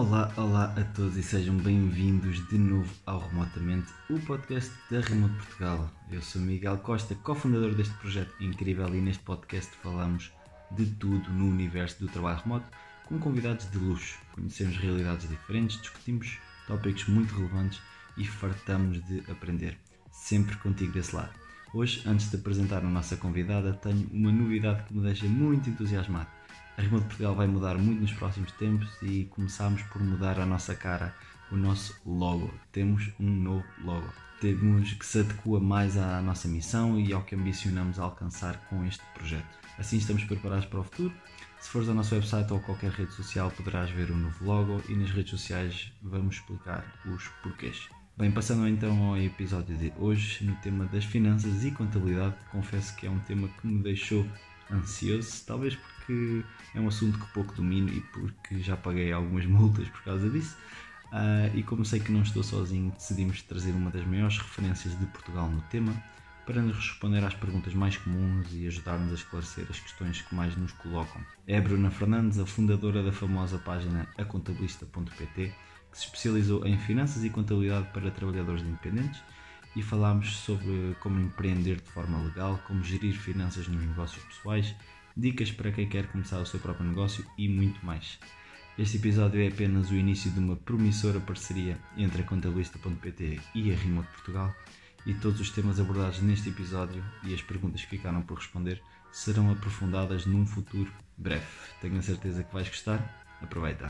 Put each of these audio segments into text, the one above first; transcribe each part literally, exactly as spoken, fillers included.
Olá, olá a todos e sejam bem-vindos de novo ao Remotamente, o podcast da Remote Portugal. Eu sou Miguel Costa, cofundador deste projeto incrível, e neste podcast falamos de tudo no universo do trabalho remoto, com convidados de luxo. Conhecemos realidades diferentes, discutimos tópicos muito relevantes e fartamos de aprender, sempre contigo desse lado. Hoje, antes de apresentar a nossa convidada, tenho uma novidade que me deixa muito entusiasmado. A Remote Portugal vai mudar muito nos próximos tempos e começamos por mudar a nossa cara, o nosso logo. Temos um novo logo. Temos que se adequa mais à nossa missão e ao que ambicionamos alcançar com este projeto. Assim estamos preparados para o futuro. Se fores ao nosso website ou qualquer rede social poderás ver o novo logo e nas redes sociais vamos explicar os porquês. Bem, passando então ao episódio de hoje, no tema das finanças e contabilidade, confesso que é um tema que me deixou ansioso, talvez porque é um assunto que pouco domino e porque já paguei algumas multas por causa disso. Uh, e como sei que não estou sozinho, decidimos trazer uma das maiores referências de Portugal no tema para nos responder às perguntas mais comuns e ajudar-nos a esclarecer as questões que mais nos colocam. É a Bruna Fernandes, a fundadora da famosa página a contabilista ponto pt, que se especializou em finanças e contabilidade para trabalhadores independentes, e falámos sobre como empreender de forma legal, como gerir finanças nos negócios pessoais, dicas para quem quer começar o seu próprio negócio e muito mais. Este episódio é apenas o início de uma promissora parceria entre a contabilista ponto pt e a Remote Portugal, e todos os temas abordados neste episódio e as perguntas que ficaram por responder serão aprofundadas num futuro breve. Tenho a certeza que vais gostar. Aproveita!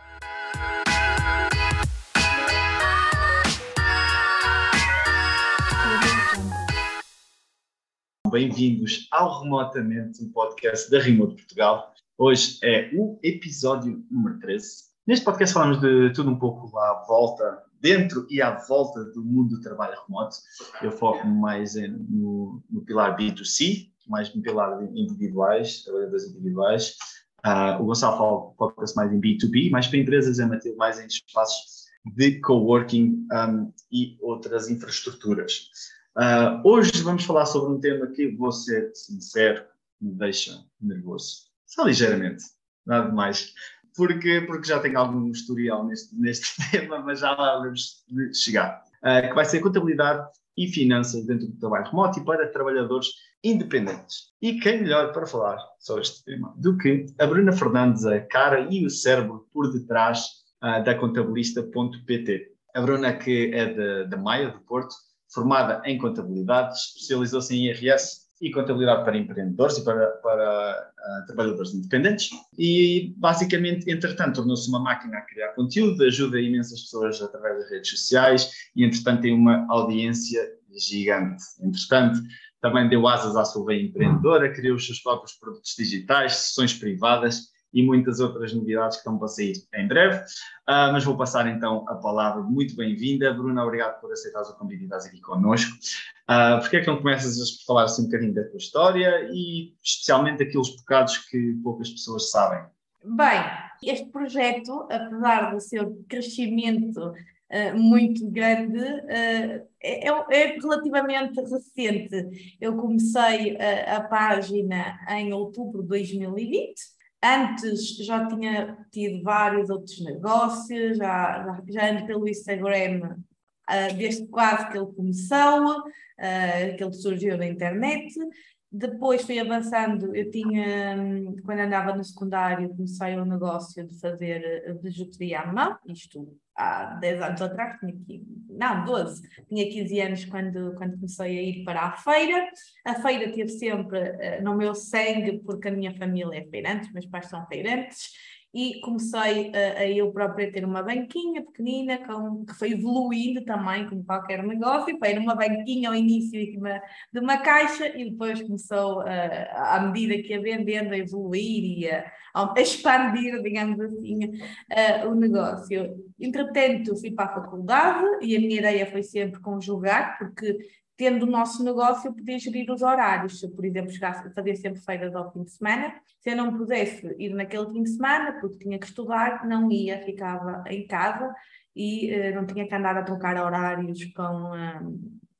Bem-vindos ao Remotamente, um podcast da Remote Portugal. Hoje é o episódio número treze. Neste podcast falamos de tudo um pouco à volta, dentro e à volta do mundo do trabalho remoto. Eu foco mais em, no, no pilar B dois C, mais no pilar de individuais, trabalhadores individuais. Uh, o Gonçalo foca-se mais em B dois B, mais para empresas, é manter mais em espaços de coworking um, e outras infraestruturas. Uh, hoje vamos falar sobre um tema que, vou ser sincero, me deixa nervoso. Só ligeiramente, nada de mais. Porque, porque já tenho algum historial neste, neste tema, mas já lá vamos chegar. Uh, que vai ser contabilidade e finanças dentro do trabalho remoto e para trabalhadores independentes. E quem melhor para falar sobre este tema do que a Bruna Fernandes, a cara e o cérebro por detrás uh, da contabilista ponto pt. A Bruna, que é da Maia, do Porto, formada em contabilidade, especializou-se em I R S e contabilidade para empreendedores e para, para uh, trabalhadores independentes, e basicamente, entretanto, tornou-se uma máquina a criar conteúdo, ajuda imensas pessoas através das redes sociais e, entretanto, tem uma audiência gigante. Entretanto, também deu asas à sua veia empreendedora, criou os seus próprios produtos digitais, sessões privadas e muitas outras novidades que estão para sair em breve. Uh, mas vou passar então a palavra. Muito bem-vinda, Bruna, obrigado por aceitares o convite e estás aqui connosco. Uh, Porquê é que não começas a falar assim um bocadinho da tua história e especialmente aqueles bocados que poucas pessoas sabem? Bem, este projeto, apesar do seu crescimento uh, muito grande, uh, é, é relativamente recente. Eu comecei uh, a página em outubro de dois mil e vinte. Antes já tinha tido vários outros negócios, já, já, já ando pelo Instagram uh, desde quase que ele começou, uh, que ele surgiu na internet. Depois fui avançando, eu tinha, quando andava no secundário, comecei um negócio de fazer bijuteria à mão, isto há dez anos atrás, tinha aqui, não, doze, tinha quinze anos quando, quando comecei a ir para a feira. A feira teve sempre uh, no meu sangue, porque a minha família é feirante, meus pais são feirantes, e comecei uh, a eu própria ter uma banquinha pequenina, com, que foi evoluindo também, como qualquer negócio. Foi uma banquinha ao início de uma, de uma caixa, e depois começou, uh, à medida que ia vendendo, a evoluir e a, a expandir, digamos assim, uh, o negócio. Entretanto, fui para a faculdade e a minha ideia foi sempre conjugar, porque tendo o nosso negócio, eu podia gerir os horários. Se eu, por exemplo, chegasse a fazer sempre feiras ao fim de semana, se eu não pudesse ir naquele fim de semana, porque tinha que estudar, não ia, ficava em casa e uh, não tinha que andar a trocar horários com, uh,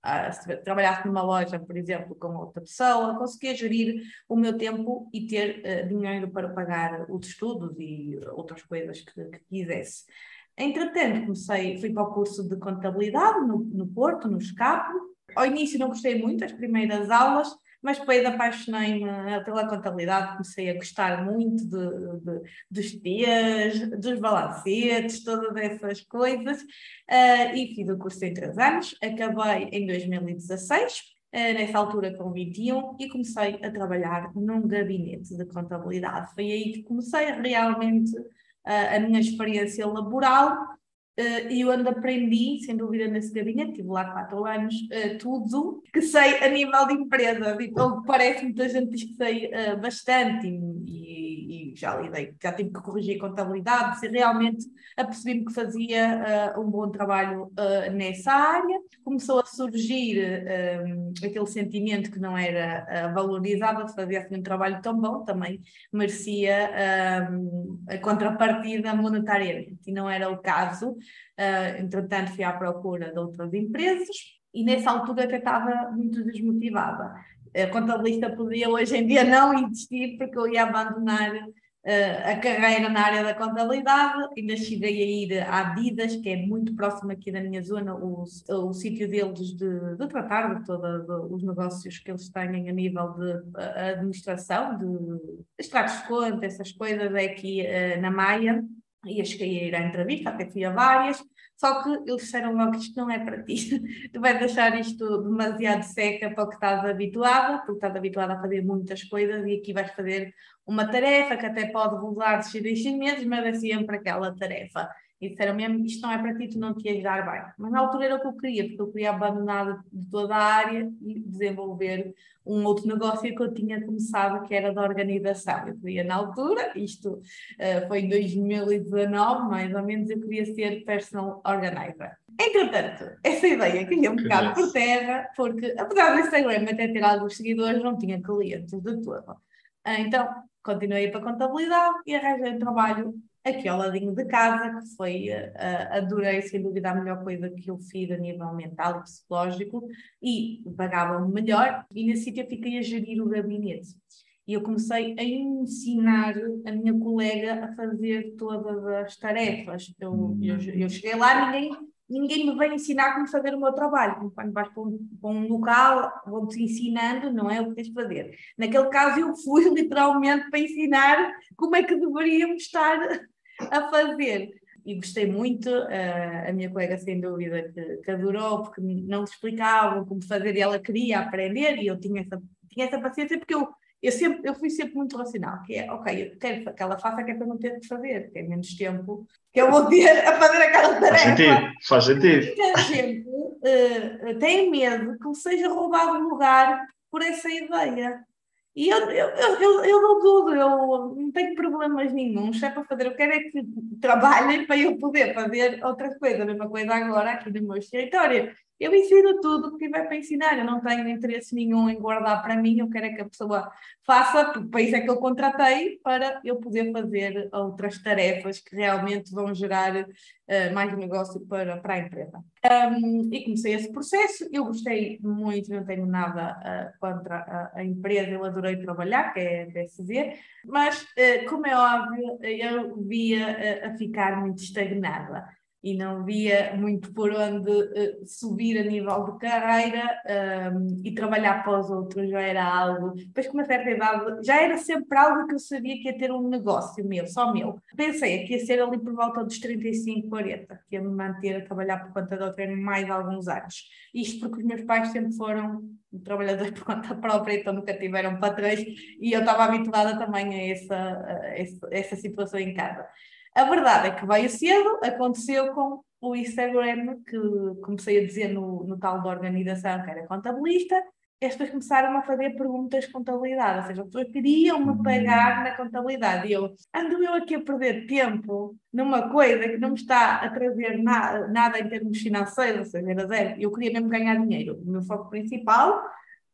ah, se trabalhasse numa loja, por exemplo, com outra pessoa, conseguia gerir o meu tempo e ter uh, dinheiro para pagar os estudos e outras coisas que, que quisesse. Entretanto, comecei, fui para o curso de contabilidade no, no Porto, no Escape. Ao início não gostei muito das primeiras aulas, mas depois apaixonei-me pela contabilidade, comecei a gostar muito de, de, dos T's, dos balancetes, todas essas coisas, uh, e fiz o curso em três anos, acabei em dois mil e dezasseis, uh, nessa altura com vinte e um, e comecei a trabalhar num gabinete de contabilidade. Foi aí que comecei realmente uh, a minha experiência laboral. Uh, e eu onde aprendi, sem dúvida, nesse gabinete, tive lá quatro anos, uh, tudo que sei a nível de empresa. Tipo, parece que muita gente diz que sei uh, bastante e, e, e já lidei, já tive que corrigir contabilidade, e realmente apercebi-me que fazia uh, um bom trabalho uh, nessa área. Começou a surgir um, aquele sentimento que não era uh, valorizado, de fazer assim um trabalho tão bom, também merecia um, a contrapartida monetariamente, e não era o caso. Uh, entretanto, fui à procura de outras empresas e nessa altura até estava muito desmotivada. A contabilista podia hoje em dia não existir porque eu ia abandonar uh, a carreira na área da contabilidade. Ainda cheguei a ir à Adidas, que é muito próximo aqui da minha zona, o, o sítio deles de, de tratar de todos os negócios que eles têm a nível de uh, administração, de extratos de conta, essas coisas, é aqui uh, na Maia. E eu cheguei a ir à entrevista, até fui a várias, só que eles disseram logo que isto não é para ti. Tu vais deixar isto demasiado seca para o que estás habituada, porque estás habituada a fazer muitas coisas e aqui vais fazer uma tarefa que até pode mudar de seis em meses, mas é sempre aquela tarefa. E disseram mesmo, isto não é para ti, tu não te ias dar bem. Mas na altura era o que eu queria, porque eu queria abandonar de toda a área e desenvolver um outro negócio que eu tinha começado, que era da organização. Eu queria na altura, isto uh, foi em dois mil e dezanove, mais ou menos, eu queria ser personal organizer. Entretanto, essa ideia caiu um bocado por terra, porque apesar do Instagram até ter alguns seguidores, não tinha clientes de todo. Uh, então, continuei para a contabilidade e arranjei um trabalho aqui ao ladinho de casa, que foi, uh, adorei, sem dúvida, a melhor coisa que eu fiz a nível mental e psicológico, e pagavam melhor, e nesse sítio eu fiquei a gerir o gabinete. E eu comecei a ensinar a minha colega a fazer todas as tarefas. Eu, eu, eu cheguei lá, ninguém, ninguém me veio ensinar como fazer o meu trabalho. Quando vais para um, para um local, vão-te ensinando, não é o que tens de fazer. Naquele caso, eu fui literalmente para ensinar como é que deveríamos estar a fazer. E gostei muito, uh, a minha colega sem dúvida que, que adorou, porque não te explicavam como fazer e ela queria aprender e eu tinha essa, tinha essa paciência porque eu, eu, sempre, eu fui sempre muito racional, que é, ok, eu quero que ela faça que é para não ter de fazer, que é menos tempo que eu vou ter a fazer aquela tarefa. Faz sentido, faz sentido. Muita gente uh, tem medo que lhe seja roubado o lugar por essa ideia. E eu, eu, eu, eu não dudo, eu não tenho problemas nenhum, se é para fazer, eu quero é que trabalhem para eu poder fazer outras coisas, a mesma coisa agora aqui no meu escritório. Eu ensino tudo o que tiver para ensinar, eu não tenho interesse nenhum em guardar para mim, eu quero é que a pessoa faça, porque para isso é que eu contratei, para eu poder fazer outras tarefas que realmente vão gerar uh, mais negócio para, para a empresa. Um, e comecei esse processo, eu gostei muito, não tenho nada uh, contra a, a empresa, eu adorei trabalhar, que é a D S V, mas uh, como é óbvio, eu via uh, a ficar muito estagnada e não via muito por onde uh, subir a nível de carreira, um, e trabalhar para os outros já era algo, depois com uma certa idade, já era sempre algo que eu sabia que ia ter um negócio meu, só meu. Pensei que ia ser ali por volta dos trinta e cinco, quarenta, que ia me manter a trabalhar por conta de outra mais alguns anos. Isto porque os meus pais sempre foram trabalhadores por conta própria, então nunca tiveram patrões, e eu estava habituada também a essa, a essa, a essa situação em casa. A verdade é que veio cedo, aconteceu com o Instagram, que comecei a dizer no, no tal da organização que era contabilista, e as pessoas começaram a fazer perguntas de contabilidade, ou seja, as pessoas queriam-me pagar na contabilidade, e eu ando eu aqui a perder tempo numa coisa que não me está a trazer na, nada em termos financeiros, ou seja, era zero. Eu queria mesmo ganhar dinheiro. O meu foco principal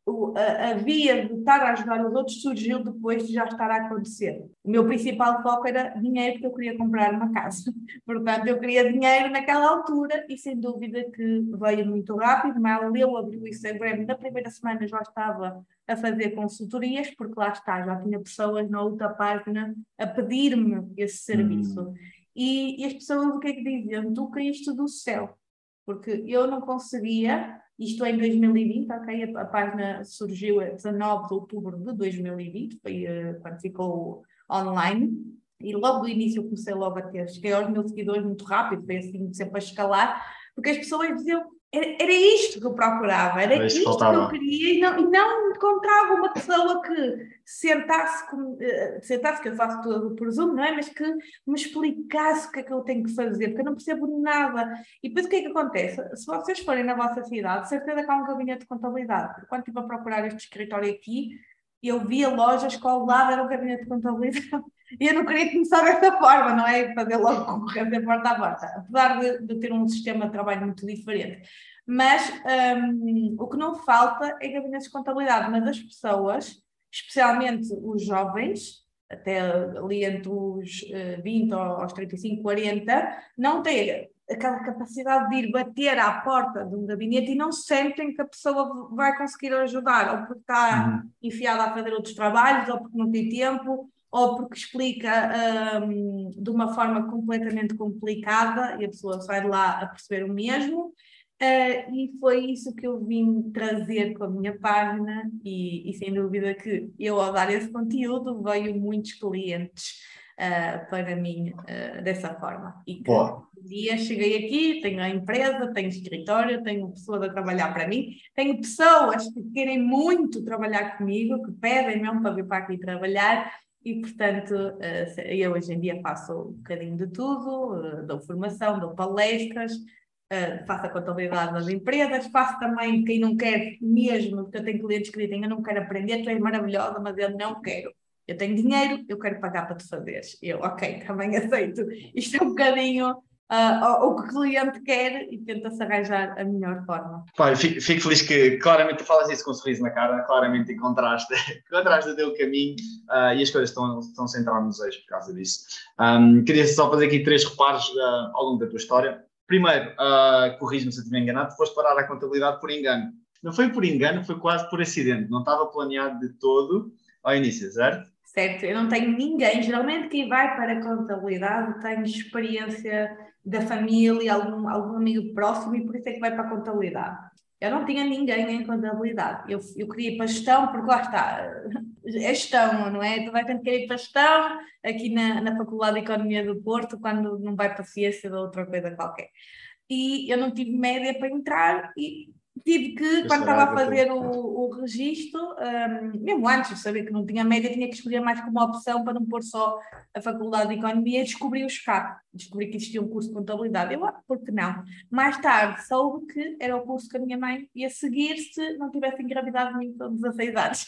o, a, a via de estar a ajudar os outros surgiu depois de já estar a acontecer. O meu principal foco era dinheiro, porque eu queria comprar uma casa. Portanto, eu queria dinheiro naquela altura e sem dúvida que veio muito rápido. Mal eu abri o Instagram, na primeira semana já estava a fazer consultorias, porque lá está, já tinha pessoas na outra página a pedir-me esse serviço. Hum. E, e as pessoas o que é que diziam? Tu caíste do céu, porque eu não conseguia, isto é em dois mil e vinte, ok? A, a página surgiu a dezanove de outubro de dois mil e vinte, foi uh, quando ficou online, e logo do início eu comecei logo a ter, cheguei aos meus seguidores muito rápido, foi assim sempre a escalar, porque as pessoas diziam, era, era isto que eu procurava, era Era isto que isto que eu faltava. queria, e não, e não encontrava uma pessoa que sentasse, com, uh, sentasse, que eu faço tudo por Zoom, não é? Mas que me explicasse o que é que eu tenho que fazer, porque eu não percebo nada. E depois o que é que acontece? Se vocês forem na vossa cidade, certeza que há um gabinete de contabilidade. Quando estive a procurar este escritório aqui, eu via lojas que ao lado era um gabinete de contabilidade. E eu não queria começar dessa forma, não é? Fazer logo concorrência porta a porta. Apesar de, de ter um sistema de trabalho muito diferente. Mas um, o que não falta é gabinetes de contabilidade. Mas as pessoas, especialmente os jovens, até ali entre os uh, vinte aos trinta e cinco, quarenta, não têm aquela capacidade de ir bater à porta de um gabinete e não sentem que a pessoa vai conseguir ajudar, ou porque está Uhum. enfiada a fazer outros trabalhos, ou porque não tem tempo, ou porque explica um, de uma forma completamente complicada e a pessoa sai de lá a perceber o mesmo. Uh, e foi isso que eu vim trazer com a minha página e, e sem dúvida que eu, ao dar esse conteúdo, veio muitos clientes uh, para mim uh, dessa forma. E que Boa. um dia cheguei aqui, tenho a empresa, tenho escritório, tenho pessoas a trabalhar para mim, tenho pessoas que querem muito trabalhar comigo, que pedem mesmo para vir para aqui trabalhar. E, portanto, uh, eu hoje em dia faço um bocadinho de tudo, uh, dou formação, dou palestras, Uh, faço a contabilidade das empresas, faço também quem não quer mesmo, porque eu tenho clientes que dizem eu não quero aprender, tu és maravilhosa, mas eu não quero. Eu tenho dinheiro, eu quero pagar para tu fazeres. Eu, ok, também aceito. Isto é um bocadinho uh, o que o cliente quer e tenta-se arranjar a melhor forma. Pai, fico, fico feliz que claramente tu falas isso com um sorriso na cara, claramente encontraste, encontraste o teu caminho uh, e as coisas estão, estão a entrar nos eixos por causa disso. Um, queria só fazer aqui três reparos uh, ao longo da tua história. Primeiro, uh, corrijo-me se eu estiver enganado, foste parar a contabilidade por engano. Não foi por engano, foi quase por acidente. Não estava planeado de todo ao início, certo? Certo, eu não tenho ninguém. Geralmente quem vai para a contabilidade tem experiência da família, algum, algum amigo próximo e por isso é que vai para a contabilidade. Eu não tinha ninguém em contabilidade. Eu, eu queria ir para a gestão, porque lá está, é gestão, não é? Tu vai ter que ir para a gestão aqui na, na Faculdade de Economia do Porto, quando não vai para a ciência ou outra coisa qualquer. E eu não tive média para entrar e tive que, quando estava a fazer o, o registro, um, mesmo antes de saber que não tinha média, tinha que escolher mais como opção para não pôr só a Faculdade de Economia e descobri o SCAP. Descobri que existia um curso de contabilidade. Eu, ah, por que não? Mais tarde soube que era o curso que a minha mãe ia seguir se não tivesse engravidado de mim com dezasseis anos.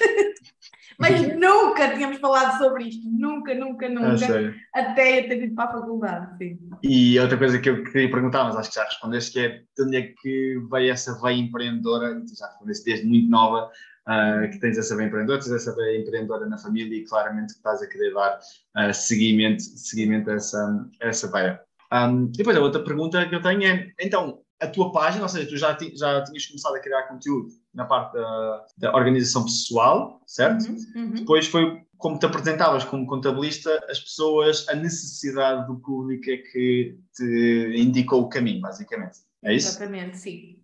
Mas nunca tínhamos falado sobre isto. Nunca, nunca, nunca. É, até eu ter ido para a faculdade, sim. E outra coisa que eu queria perguntar, mas acho que já respondeste, que é de onde é que veio essa veia empreendedora, tu já respondeste desde muito nova, uh, que tens essa veia empreendedora, tens essa veia empreendedora na família e claramente que estás a querer dar uh, seguimento, seguimento a essa, a essa veia. Um, e depois a outra pergunta que eu tenho é, então, a tua página, ou seja, tu já, ti, já tinhas começado a criar conteúdo na parte da, da organização pessoal, certo? Uhum, uhum. Depois foi como te apresentavas como contabilista, as pessoas, a necessidade do público é que te indicou o caminho, basicamente. É isso? Exatamente, sim.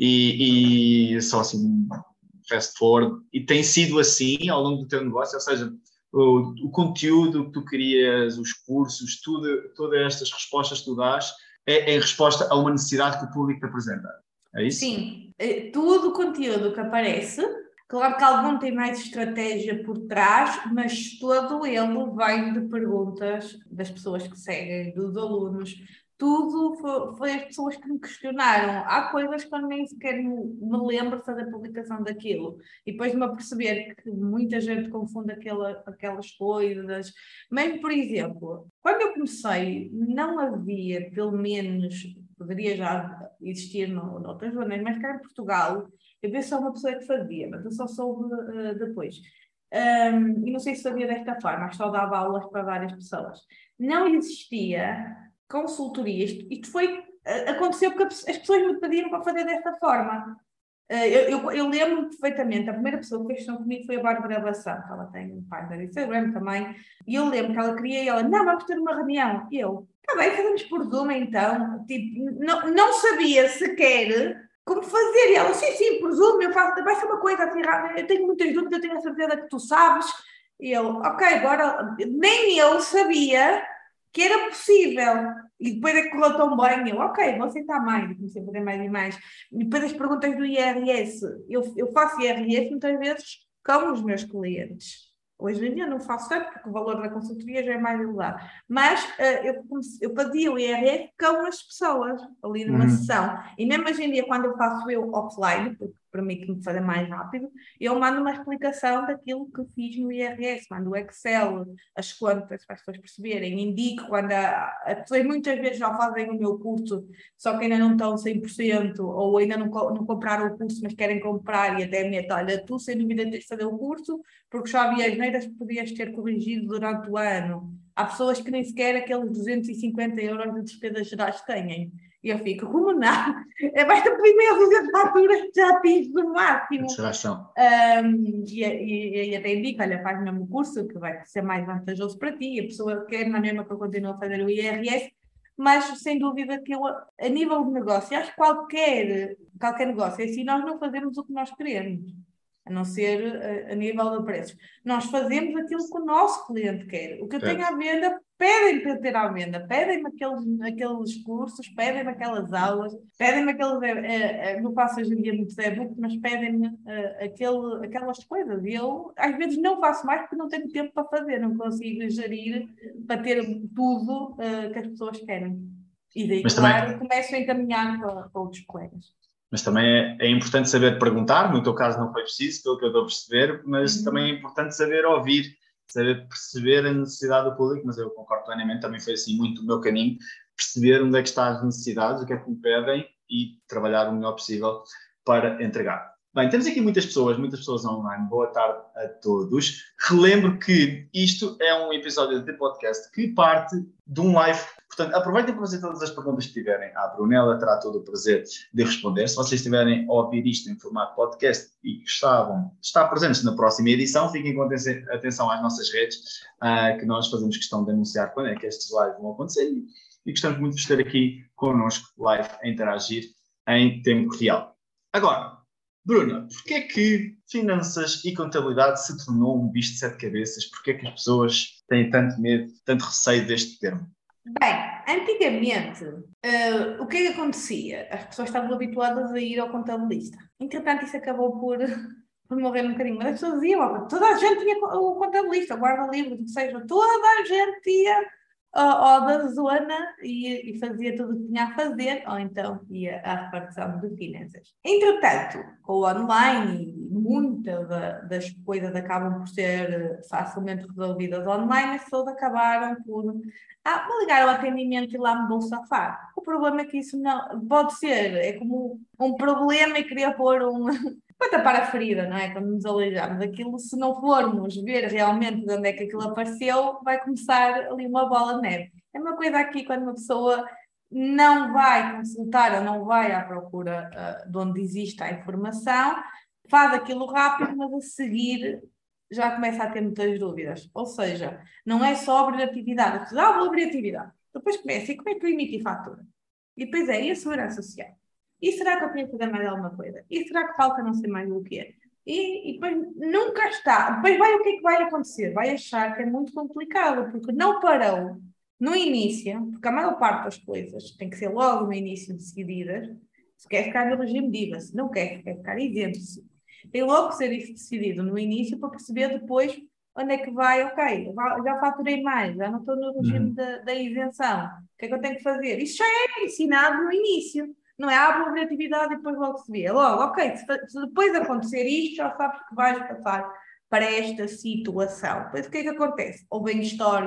E, e só assim, fast forward, e tem sido assim ao longo do teu negócio, ou seja, o, o conteúdo que tu querias, os cursos, tudo, todas estas respostas que tu dás, é em resposta a uma necessidade que o público te apresenta. É isso? Sim, tudo o conteúdo que aparece, claro que algum tem mais estratégia por trás, mas todo ele vem de perguntas das pessoas que seguem, dos alunos. Tudo foi, foi as pessoas que me questionaram. Há coisas que eu nem sequer me, me lembro de fazer a publicação daquilo. E depois de me aperceber que muita gente confunde aquela, aquelas coisas. Mesmo, por exemplo, quando eu comecei, não havia, pelo menos poderia já existir no, noutras zonas, mas cá em Portugal, eu vi só uma pessoa que fazia, mas eu só soube uh, depois. Um, e não sei se sabia desta forma, mas só dava aulas para várias pessoas. Não existia consultoria, isto, isto foi, uh, aconteceu porque as pessoas me pediram para fazer desta forma. Uh, eu, eu, eu lembro perfeitamente, a primeira pessoa que fez questão comigo foi a Bárbara Bassão, que ela tem um página no Instagram também, e eu lembro que ela queria, e ela, não, vamos ter uma reunião. E eu, está bem, fazemos por Zoom então. Tipo, não, não sabia sequer como fazer. E ela, sim, sim, por Zoom, eu faço, vai ser uma coisa assim rápida, eu tenho muitas dúvidas, eu tenho a certeza que tu sabes. E eu, ok, agora, nem eu sabia que era possível. E depois é que correu tão bem, eu, ok, vou sentar mais, e comecei a fazer mais e mais. E depois as perguntas do I R S, eu, eu faço I R S muitas vezes com os meus clientes. Hoje em dia não faço tanto, porque o valor da consultoria já é mais elevado. Mas uh, eu, eu fazia o I R S com as pessoas, ali numa uhum. sessão. E mesmo hoje em dia, quando eu faço eu offline, porque permite-me fazer mais rápido, eu mando uma explicação daquilo que fiz no I R S, mando o Excel, as contas, para as pessoas perceberem, indico quando a, as pessoas muitas vezes já fazem o meu curso, só que ainda não estão cem por cento, ou ainda não, não compraram o curso, mas querem comprar, e até me olha, tu sem dúvida tens de fazer o curso, porque já havia as neiras que podias ter corrigido durante o ano. Há pessoas que nem sequer aqueles duzentos e cinquenta euros de despesas gerais têm. E eu fico, como não? É basta pedir meia dúzia de faturas que já atinges no máximo. Um, e, e, e até indico, olha, faz o mesmo curso, que vai ser mais vantajoso para ti. E a pessoa quer na mesma que eu continuo a fazer o I R S, mas sem dúvida que eu, a nível de negócio, acho que qualquer, qualquer negócio, é assim, nós não fazemos o que nós queremos. A não ser a, a nível de preços. Nós fazemos aquilo que o nosso cliente quer. O que eu tenho à venda, pedem para ter à venda. Pedem-me aqueles, aqueles cursos, pedem-me aquelas aulas, pedem-me aqueles... Uh, uh, não faço hoje em dia muitos e-books, mas pedem-me uh, aquele, aquelas coisas. E eu, às vezes, não faço mais porque não tenho tempo para fazer. Não consigo gerir para ter tudo uh, que as pessoas querem. E daí, mas claro, também... começo a encaminhar para, para outros colegas. Mas também é, é importante saber perguntar, no teu caso não foi preciso, pelo que eu estou a perceber, mas uhum. também é importante saber ouvir, saber perceber a necessidade do público, mas eu concordo plenamente, também foi assim muito o meu caminho, perceber onde é que estão as necessidades, o que é que me pedem e trabalhar o melhor possível para entregar. Bem, temos aqui muitas pessoas, muitas pessoas online. Boa tarde a todos. Relembro que isto é um episódio de podcast que parte de um live. Portanto, aproveitem para fazer todas as perguntas que tiverem. A Brunella terá todo o prazer de responder. Se vocês estiverem a ouvir isto em formato podcast e gostavam de estar presentes na próxima edição, fiquem com atenção às nossas redes, uh, que nós fazemos questão de anunciar quando é que estes lives vão acontecer. E gostamos muito de estar aqui connosco, live, a interagir em tempo real. Agora, Bruna, porquê é que finanças e contabilidade se tornou um bicho de sete cabeças? Porquê é que as pessoas têm tanto medo, tanto receio deste termo? Bem, antigamente, uh, o que é que acontecia? As pessoas estavam habituadas a ir ao contabilista. Entretanto, isso acabou por, por morrer um bocadinho. Mas as pessoas iam, toda a gente tinha o contabilista, o guarda-livros, ou seja, toda a gente ia ao da zona e, e fazia tudo o que tinha a fazer, ou então ia à repartição de finanças. Entretanto, com o online, muitas das coisas acabam por ser facilmente resolvidas online, as pessoas acabaram por ah, me ligar ao atendimento e lá me vou safar. O problema é que isso não pode ser, é como um problema e queria pôr um... para tapar a ferida, não é? Quando nos aleijamos. Aquilo, se não formos ver realmente de onde é que aquilo apareceu, vai começar ali uma bola de neve. É uma coisa aqui, quando uma pessoa não vai consultar ou não vai à procura uh, de onde existe a informação, faz aquilo rápido, mas a seguir já começa a ter muitas dúvidas. Ou seja, não é só abrir atividade. Ah, vou abrir atividade. Depois começa, e como é que eu emito fatura? E depois é, e a segurança social? E será que eu tinha que fazer mais alguma coisa? E será que falta não sei mais o que é? E, e depois nunca está. Depois vai o que é que vai acontecer? Vai achar que é muito complicado, porque não parou no início, porque a maior parte das coisas tem que ser logo no início decididas. Se quer ficar no regime de I V A, se não quer, quer ficar isento. Tem logo que ser isso decidido no início para perceber depois onde é que vai, ok, já faturei mais, já não estou no regime uhum. da, da isenção. O que é que eu tenho que fazer? Isso já é ensinado no início. Não é abrir a atividade e depois logo se vê. Logo, ok, se, se depois acontecer isto, já sabes que vais passar para esta situação. Depois o que é que acontece? Ou vem histórias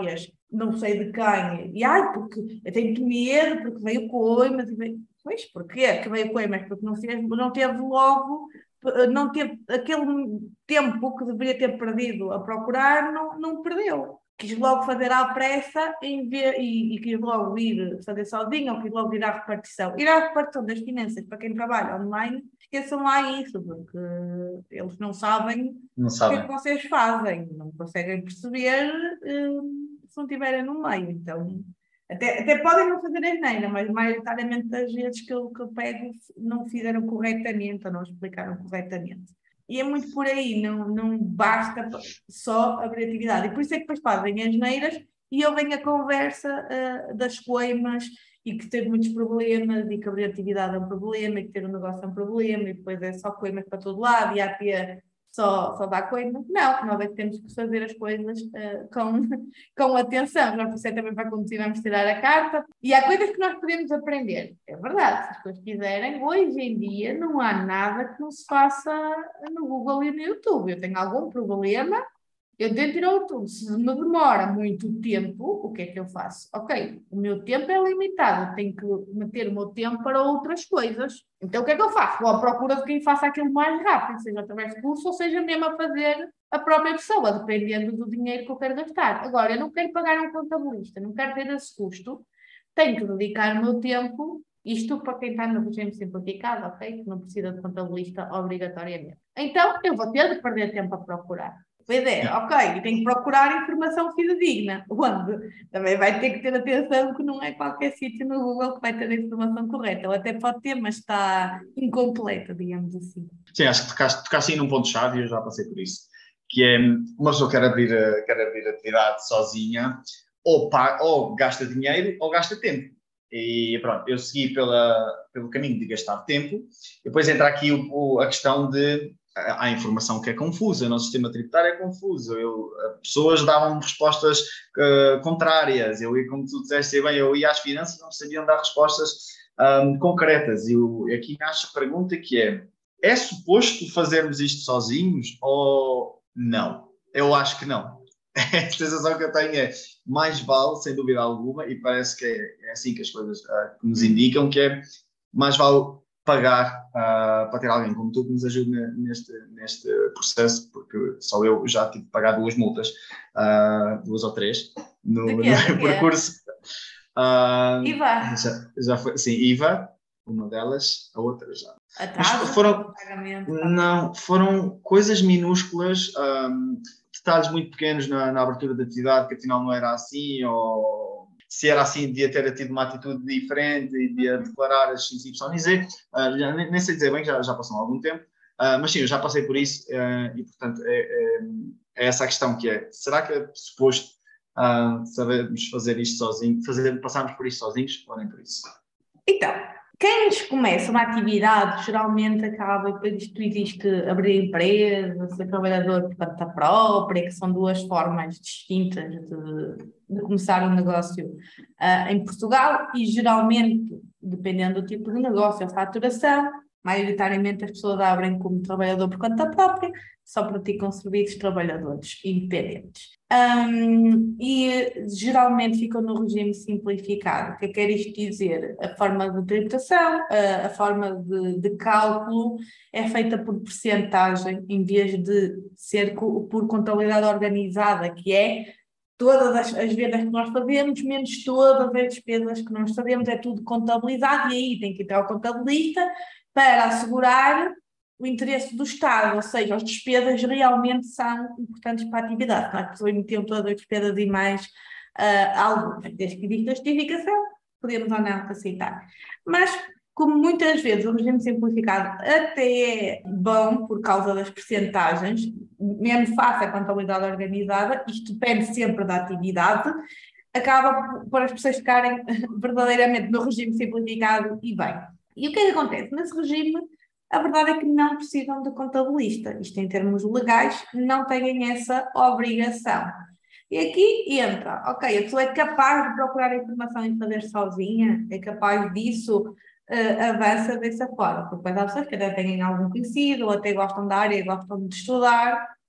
não sei de quem, e ai, porque eu tenho medo, porque veio coimas, e veio... Pois, porquê que veio coimas? Porque não, fez, não teve logo, não teve aquele tempo que deveria ter perdido a procurar, não, não perdeu. Quis logo fazer à pressa em vez, e, e quis logo ir fazer sozinho, ou quis logo ir à repartição. Ir à repartição das finanças, para quem trabalha online, esqueçam lá isso, porque eles não sabem Não o que é sabem. que vocês fazem, não conseguem perceber hum, se não estiverem no meio. Então, até, até podem não fazer asneira, mas maioritariamente das vezes que eu, que eu pego não fizeram corretamente ou não explicaram corretamente. E é muito por aí, não, não basta só a criatividade. E por isso é que depois fazem asneiras e ouvem a conversa uh, das coimas e que teve muitos problemas e que a criatividade é um problema e que ter um negócio é um problema e depois é só coimas para todo lado e a tia só, só dá coimas. Não, nós é que temos que fazer as coisas uh, com, com atenção. Já por isso é também para conduzir, vamos tirar a carta. E há coisas que nós podemos aprender. É verdade, se as pessoas quiserem, hoje em dia não há nada que não se faça no Google e no YouTube. Eu tenho algum problema, eu tento ir ao YouTube. Se me demora muito tempo, o que é que eu faço? Ok, o meu tempo é limitado, eu tenho que meter o meu tempo para outras coisas. Então o que é que eu faço? Vou à procura de quem faça aquilo mais rápido, seja através de curso ou seja mesmo a fazer a própria pessoa, dependendo do dinheiro que eu quero gastar. Agora, eu não quero pagar um contabilista, não quero ter esse custo, tenho que dedicar o meu tempo. Isto para quem está no regime simplificado, ok? Que não precisa de contabilista obrigatoriamente. Então, eu vou ter de perder tempo a procurar. Pois é, ok, e tenho que procurar informação fidedigna, onde também vai ter que ter atenção que não é qualquer sítio no Google que vai ter a informação correta. Ele até pode ter, mas está incompleta, digamos assim. Sim, acho que tocaste, tocaste aí num ponto-chave e eu já passei por isso. Que é, uma pessoa quer abrir, quer abrir atividade sozinha, ou, paga, ou gasta dinheiro ou gasta tempo. E pronto, eu segui pela, pelo caminho de gastar tempo. Depois entra aqui o, o, a questão de há informação que é confusa, o nosso sistema tributário é confuso, eu, pessoas davam respostas uh, contrárias, eu ia, como tu disseste bem, eu ia às finanças, não sabiam dar respostas um, concretas, e eu, aqui acho a pergunta que é, é suposto fazermos isto sozinhos ou não? Eu acho que não. A sensação que eu tenho é, mais vale, sem dúvida alguma, e parece que é, é assim que as coisas uh, que nos indicam, que é, mais vale pagar uh, para ter alguém como tu que nos ajude neste, neste processo, porque só eu já tive de pagar duas multas, uh, duas ou três, no, no percurso. Uh, I V A? Já, já foi, sim, I V A, uma delas, a outra já. Atraso, Mas foram, pagamento, não, foram coisas minúsculas, um, detalhes muito pequenos na, na abertura da atividade, que afinal não era assim, ou se era assim, devia ter tido uma atitude diferente e devia declarar as X Y Z. Uh, já, nem, nem sei dizer bem, já, já passou algum tempo, uh, mas sim, eu já passei por isso uh, e, portanto, é, é, é essa a questão que é, será que é suposto uh, sabermos fazer isto sozinhos, fazer, passarmos por isto sozinhos ou nem por isso? Então, quem começa uma atividade geralmente acaba, depois isto existe abrir empresa, ser trabalhador por conta própria, que são duas formas distintas de, de começar um negócio uh, em Portugal e geralmente, dependendo do tipo de negócio, a faturação, maioritariamente as pessoas abrem como trabalhador por conta própria, só praticam serviços de trabalhadores independentes. Um, e geralmente ficam no regime simplificado. O que quer isto dizer? A forma de tributação, a, a forma de, de cálculo é feita por percentagem em vez de ser por contabilidade organizada, que é todas as, as vendas que nós fazemos, menos todas as despesas que nós fazemos, é tudo contabilizado, e aí tem que entrar o contabilista para assegurar o interesse do Estado, ou seja, as despesas realmente são importantes para a atividade. Nós pessoas metiam todas as despesas e mais uh, algumas, desde que existe a justificação, podemos ou não aceitar. Mas, como muitas vezes o regime simplificado até é bom por causa das percentagens, menos fácil a contabilidade organizada, isto depende sempre da atividade, acaba por as pessoas ficarem verdadeiramente no regime simplificado e bem. E o que é que acontece? Nesse regime, a verdade é que não precisam de contabilista. Isto, em termos legais, não têm essa obrigação. E aqui entra, ok, a pessoa é capaz de procurar a informação e fazer sozinha, é capaz disso, uh, avança dessa forma. Porque depois há pessoas que até têm algum conhecido, ou até gostam da área, gostam de estudar,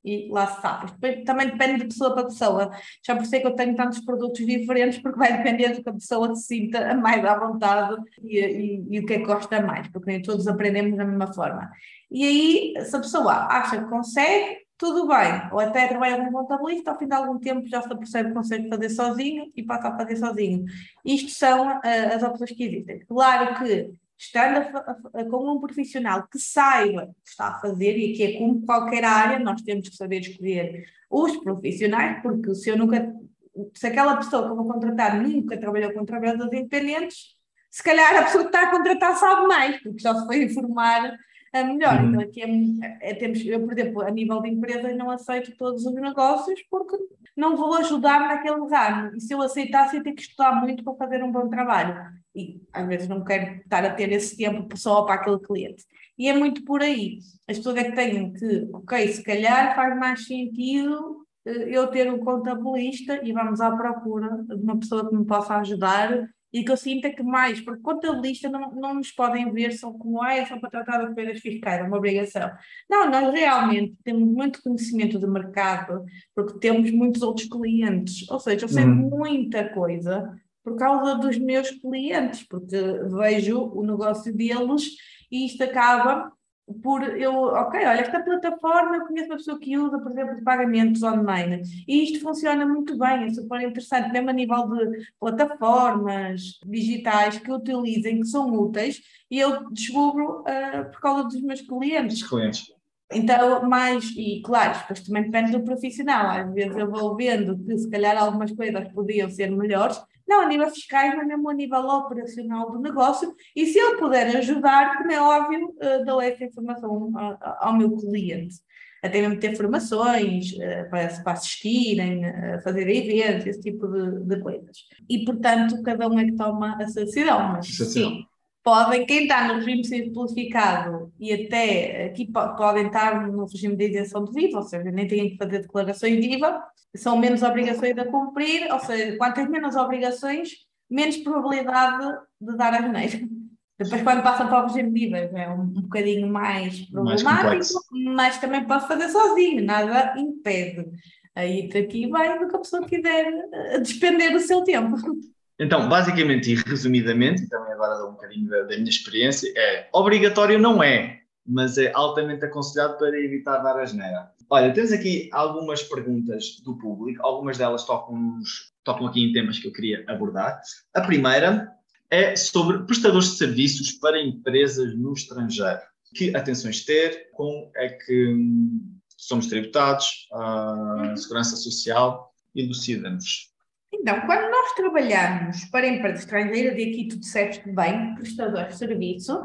e lá se está. Também depende de pessoa para pessoa. Já por isso é que eu tenho tantos produtos diferentes, porque vai depender do que a pessoa se sinta mais à vontade e, e, e o que é que gosta mais, porque nem todos aprendemos da mesma forma. E aí, se a pessoa acha que consegue, tudo bem. Ou até trabalha como contabilista, ao fim de algum tempo já se percebe que consegue fazer sozinho e passa a fazer sozinho. Isto são uh, as opções que existem. Claro que estando a, a, a, com um profissional que saiba o que está a fazer, e que é como qualquer área, nós temos que saber escolher os profissionais, porque se eu nunca, se aquela pessoa que eu vou contratar nunca trabalhou com trabalhadores independentes, se calhar a pessoa que está a contratar sabe mais, porque já se foi informar a melhor. Uhum. Então aqui é, é, temos, eu, por exemplo, a nível de empresas não aceito todos os negócios porque não vou ajudar naquele ramo. E se eu aceitasse, eu tenho que estudar muito para fazer um bom trabalho. E às vezes não quero estar a ter esse tempo só para aquele cliente. E é muito por aí. As pessoas é que têm que, ok, se calhar faz mais sentido eu ter um contabilista e vamos à procura de uma pessoa que me possa ajudar e que eu sinta que mais, porque contabilista não, não nos podem ver só como é, só para tratar das coisas fiscais, é uma obrigação. Não, nós realmente temos muito conhecimento de mercado, porque temos muitos outros clientes, ou seja, eu sei uhum. muita coisa por causa dos meus clientes, porque vejo o negócio deles e isto acaba por eu, ok, olha, esta plataforma eu conheço uma pessoa que usa, por exemplo, de pagamentos online e isto funciona muito bem, é super interessante, mesmo a nível de plataformas digitais que utilizem, que são úteis, e eu descubro uh, por causa dos meus clientes. Os clientes. Então, mais, e claro, depois também depende do profissional, às vezes eu vou vendo que se calhar algumas coisas podiam ser melhores, não a nível fiscal, mas mesmo a nível operacional do negócio, e se eu puder ajudar, como é óbvio, uh, dou essa informação ao, ao meu cliente. Até mesmo ter formações uh, para, para assistirem, uh, fazer eventos, esse tipo de, de coisas. E, portanto, cada um é que toma a sua decisão, mas sim. Podem, quem está no regime simplificado e até aqui podem estar no regime de isenção de I V A, ou seja, nem têm que fazer declarações de I V A, são menos obrigações a cumprir, ou seja, quantas menos obrigações, menos probabilidade de dar a janeiro. Depois, quando passam para o regime de I V A, é um, um bocadinho mais problemático, mais mas também pode fazer sozinho, nada impede. Aí daqui vai do que a pessoa quiser despender o seu tempo. Então, basicamente e resumidamente, e também agora dou um bocadinho da, da minha experiência, é obrigatório não é, mas é altamente aconselhado para evitar dar asneira. Olha, temos aqui algumas perguntas do público, algumas delas tocam, tocam aqui em temas que eu queria abordar. A primeira é sobre prestadores de serviços para empresas no estrangeiro. Que atenções ter, como é que somos tributados, a segurança social, elucida-nos. Então, quando nós trabalhamos para empresas estrangeiras, e aqui tu disseste bem, prestadores de serviço,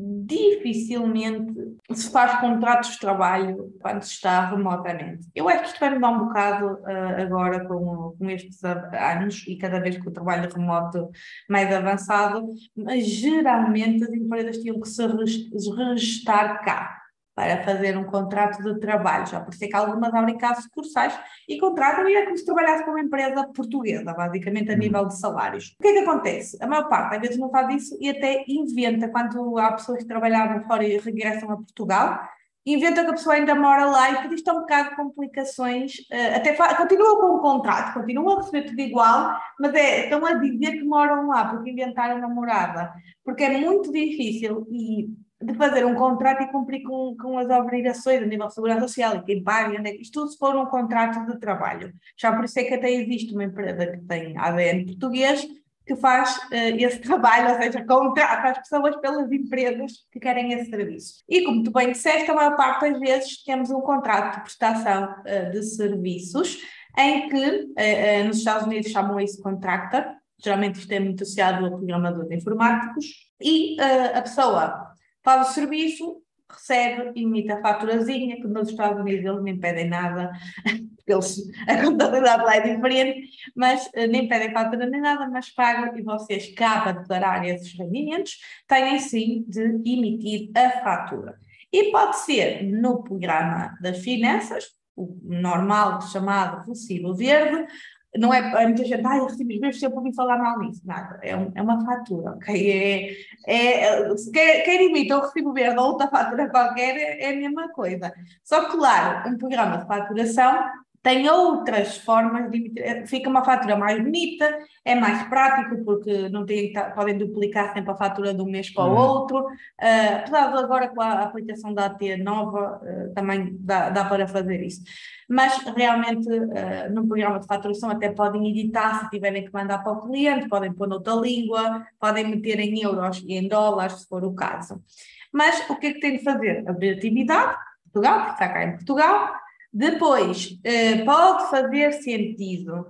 dificilmente se faz contratos de trabalho quando se está remotamente. Eu acho que isto vai mudar um bocado uh, agora com, com estes anos e cada vez com o trabalho remoto mais avançado, mas geralmente as empresas tinham que se registrar cá para fazer um contrato de trabalho, já por isso é que algumas abrem casos sucursais e contratam e é como se trabalhasse para uma empresa portuguesa, basicamente a nível de salários. O que é que acontece? A maior parte às vezes não faz isso e até inventa, quando há pessoas que trabalhavam fora e regressam a Portugal, inventa que a pessoa ainda mora lá e por isto é um bocado de complicações, até continua com o contrato, continua a receber tudo igual, mas é, estão a dizer que moram lá porque inventaram a morada, porque é muito difícil e de fazer um contrato e cumprir com, com as obrigações a nível de segurança social e quem paga, né? Isto tudo se for um contrato de trabalho. Já por isso é que até existe uma empresa que tem A D N português que faz uh, esse trabalho, ou seja, contrata as pessoas pelas empresas que querem esse serviço. E como tu bem disseste, a maior parte das vezes temos um contrato de prestação uh, de serviços em que uh, uh, nos Estados Unidos chamam isso contractor, geralmente isto é muito associado a programadores informáticos, e uh, a pessoa faz o serviço, recebe, imita a faturazinha, que nos Estados Unidos eles nem pedem nada, porque eles, a contabilidade lá é diferente, mas uh, nem pedem fatura nem nada, mas pagam e vocês, cabe declarar esses rendimentos, têm sim de emitir a fatura. E pode ser no programa das finanças, o normal chamado recibo verde, Não é, é muita gente, ai, recibos verdes, sempre ouvi falar mal nisso. Nada, é, um, é uma fatura, ok? É, é, se quer, quer imita o recibo verde ou outra fatura qualquer, é, é a mesma coisa. Só que, claro, um programa de faturação tem outras formas de emitir. Fica uma fatura mais bonita, é mais prático, porque não tem, podem duplicar sempre a fatura de um mês para o Uhum. outro. Uh, apesar de agora, com a aplicação da A T nova, uh, também dá, dá para fazer isso. Mas realmente, uh, num programa de faturação, até podem editar se tiverem que mandar para o cliente, podem pôr noutra língua, podem meter em euros e em dólares, se for o caso. Mas o que é que tem de fazer? Abrir atividade, Portugal, porque está cá em Portugal. Depois, uh, pode fazer sentido,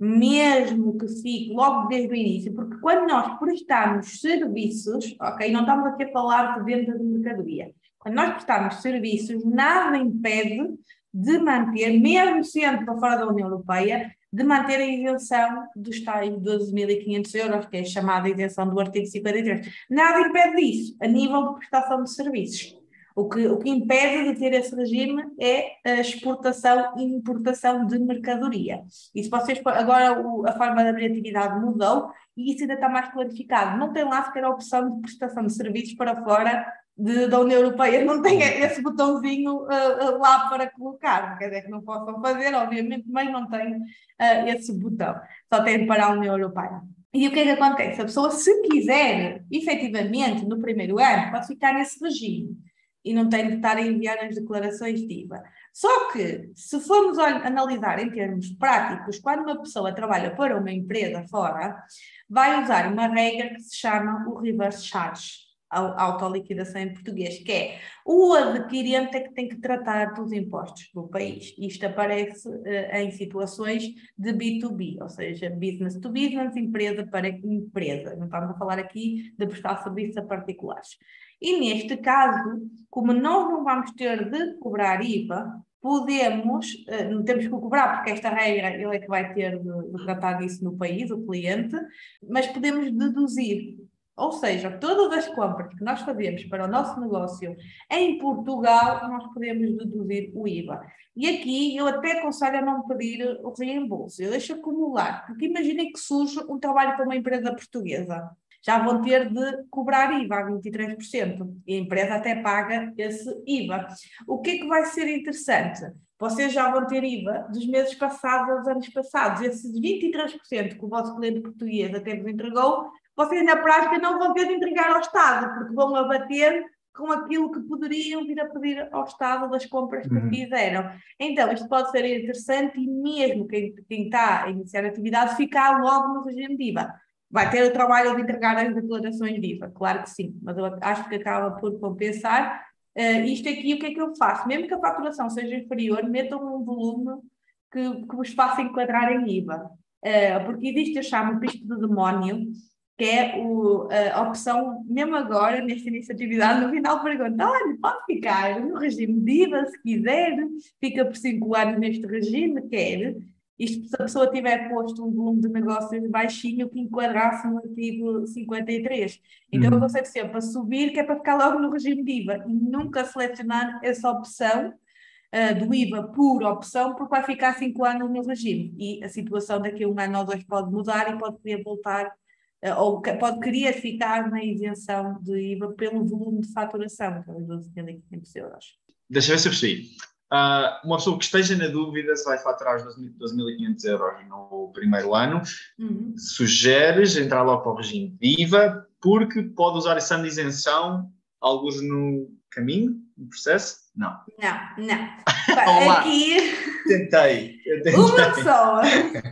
mesmo que fique logo desde o início, porque quando nós prestamos serviços, ok, não estamos aqui a falar de venda de mercadoria, quando nós prestamos serviços, nada impede de manter, mesmo sendo para fora da União Europeia, de manter a isenção dos tais doze mil e quinhentos euros, que é a chamada isenção do artigo cinquenta e três. Nada impede disso, a nível de prestação de serviços. O que, o que impede de ter esse regime é a exportação e importação de mercadoria. E se vocês, agora o, a forma de abrir atividade mudou e isso ainda está mais clarificado. Não tem lá sequer a opção de prestação de serviços para fora de, da União Europeia, não tem esse botãozinho uh, uh, lá para colocar. Não quer dizer que não possam fazer, obviamente, mas não tem uh, esse botão. Só tem para a União Europeia. E o que é que acontece? A pessoa, se quiser, efetivamente, no primeiro ano, pode ficar nesse regime e não tem de estar a enviar as declarações de I V A. Só que, se formos analisar em termos práticos, quando uma pessoa trabalha para uma empresa fora, vai usar uma regra que se chama o reverse charge, a autoliquidação em português, que é o adquirente é que tem que tratar dos impostos do país. Isto aparece uh, em situações de B dois B, ou seja, business to business, empresa para empresa. Não estamos a falar aqui de prestar serviços a particulares. E neste caso, como nós não vamos ter de cobrar I V A, podemos, uh, não temos que cobrar, porque esta regra ele é que vai ter de, de tratar disso no país, o cliente, mas podemos deduzir. Ou seja, todas as compras que nós fazemos para o nosso negócio em Portugal, nós podemos deduzir o I V A. E aqui eu até aconselho a não pedir o reembolso, eu deixo acumular, porque imaginem que surge um trabalho para uma empresa portuguesa. Já vão ter de cobrar I V A a vinte e três por cento e a empresa até paga esse I V A. O que é que vai ser interessante? Vocês já vão ter I V A dos meses passados aos anos passados. Esses vinte e três por cento que o vosso cliente português até vos entregou, vocês na prática não vão ter de entregar ao Estado, porque vão abater com aquilo que poderiam vir a pedir ao Estado das compras que uhum. fizeram. Então, isto pode ser interessante e mesmo quem, quem está a iniciar a atividade ficar logo no regime de I V A. Vai ter o trabalho de entregar as declarações de I V A, claro que sim, mas eu acho que acaba por compensar. Uh, isto aqui, o que é que eu faço? Mesmo que a faturação seja inferior, metam um volume que, que vos faça enquadrar em I V A. Uh, porque existe, eu chamo o pisto do demónio, que é o, a opção, mesmo agora, nesta iniciatividade, no final pergunta, olha, pode ficar no regime de I V A se quiser, fica por cinco anos neste regime, quer. Isto, se a pessoa tiver posto um volume de negócios baixinho que enquadrasse no artigo cinquenta e três. Então, uhum. eu consigo sempre a subir, que é para ficar logo no regime de I V A, e nunca selecionar essa opção uh, do I V A por opção, porque vai ficar cinco anos no regime. E a situação daqui a um ano ou dois pode mudar e pode querer voltar, uh, ou pode querer ficar na isenção de I V A pelo volume de faturação, que é os doze mil e quinhentos euros. Deixa eu ver se eu percebi. Uh, uma pessoa que esteja na dúvida se vai faturar os doze mil e quinhentos euros no primeiro ano, uhum. sugeres entrar logo para o regime de I V A, porque pode usar esse ano de isenção, alguns no caminho, no processo? Não. Não, não. Aqui... Tentei, eu tentei. Uma pessoa,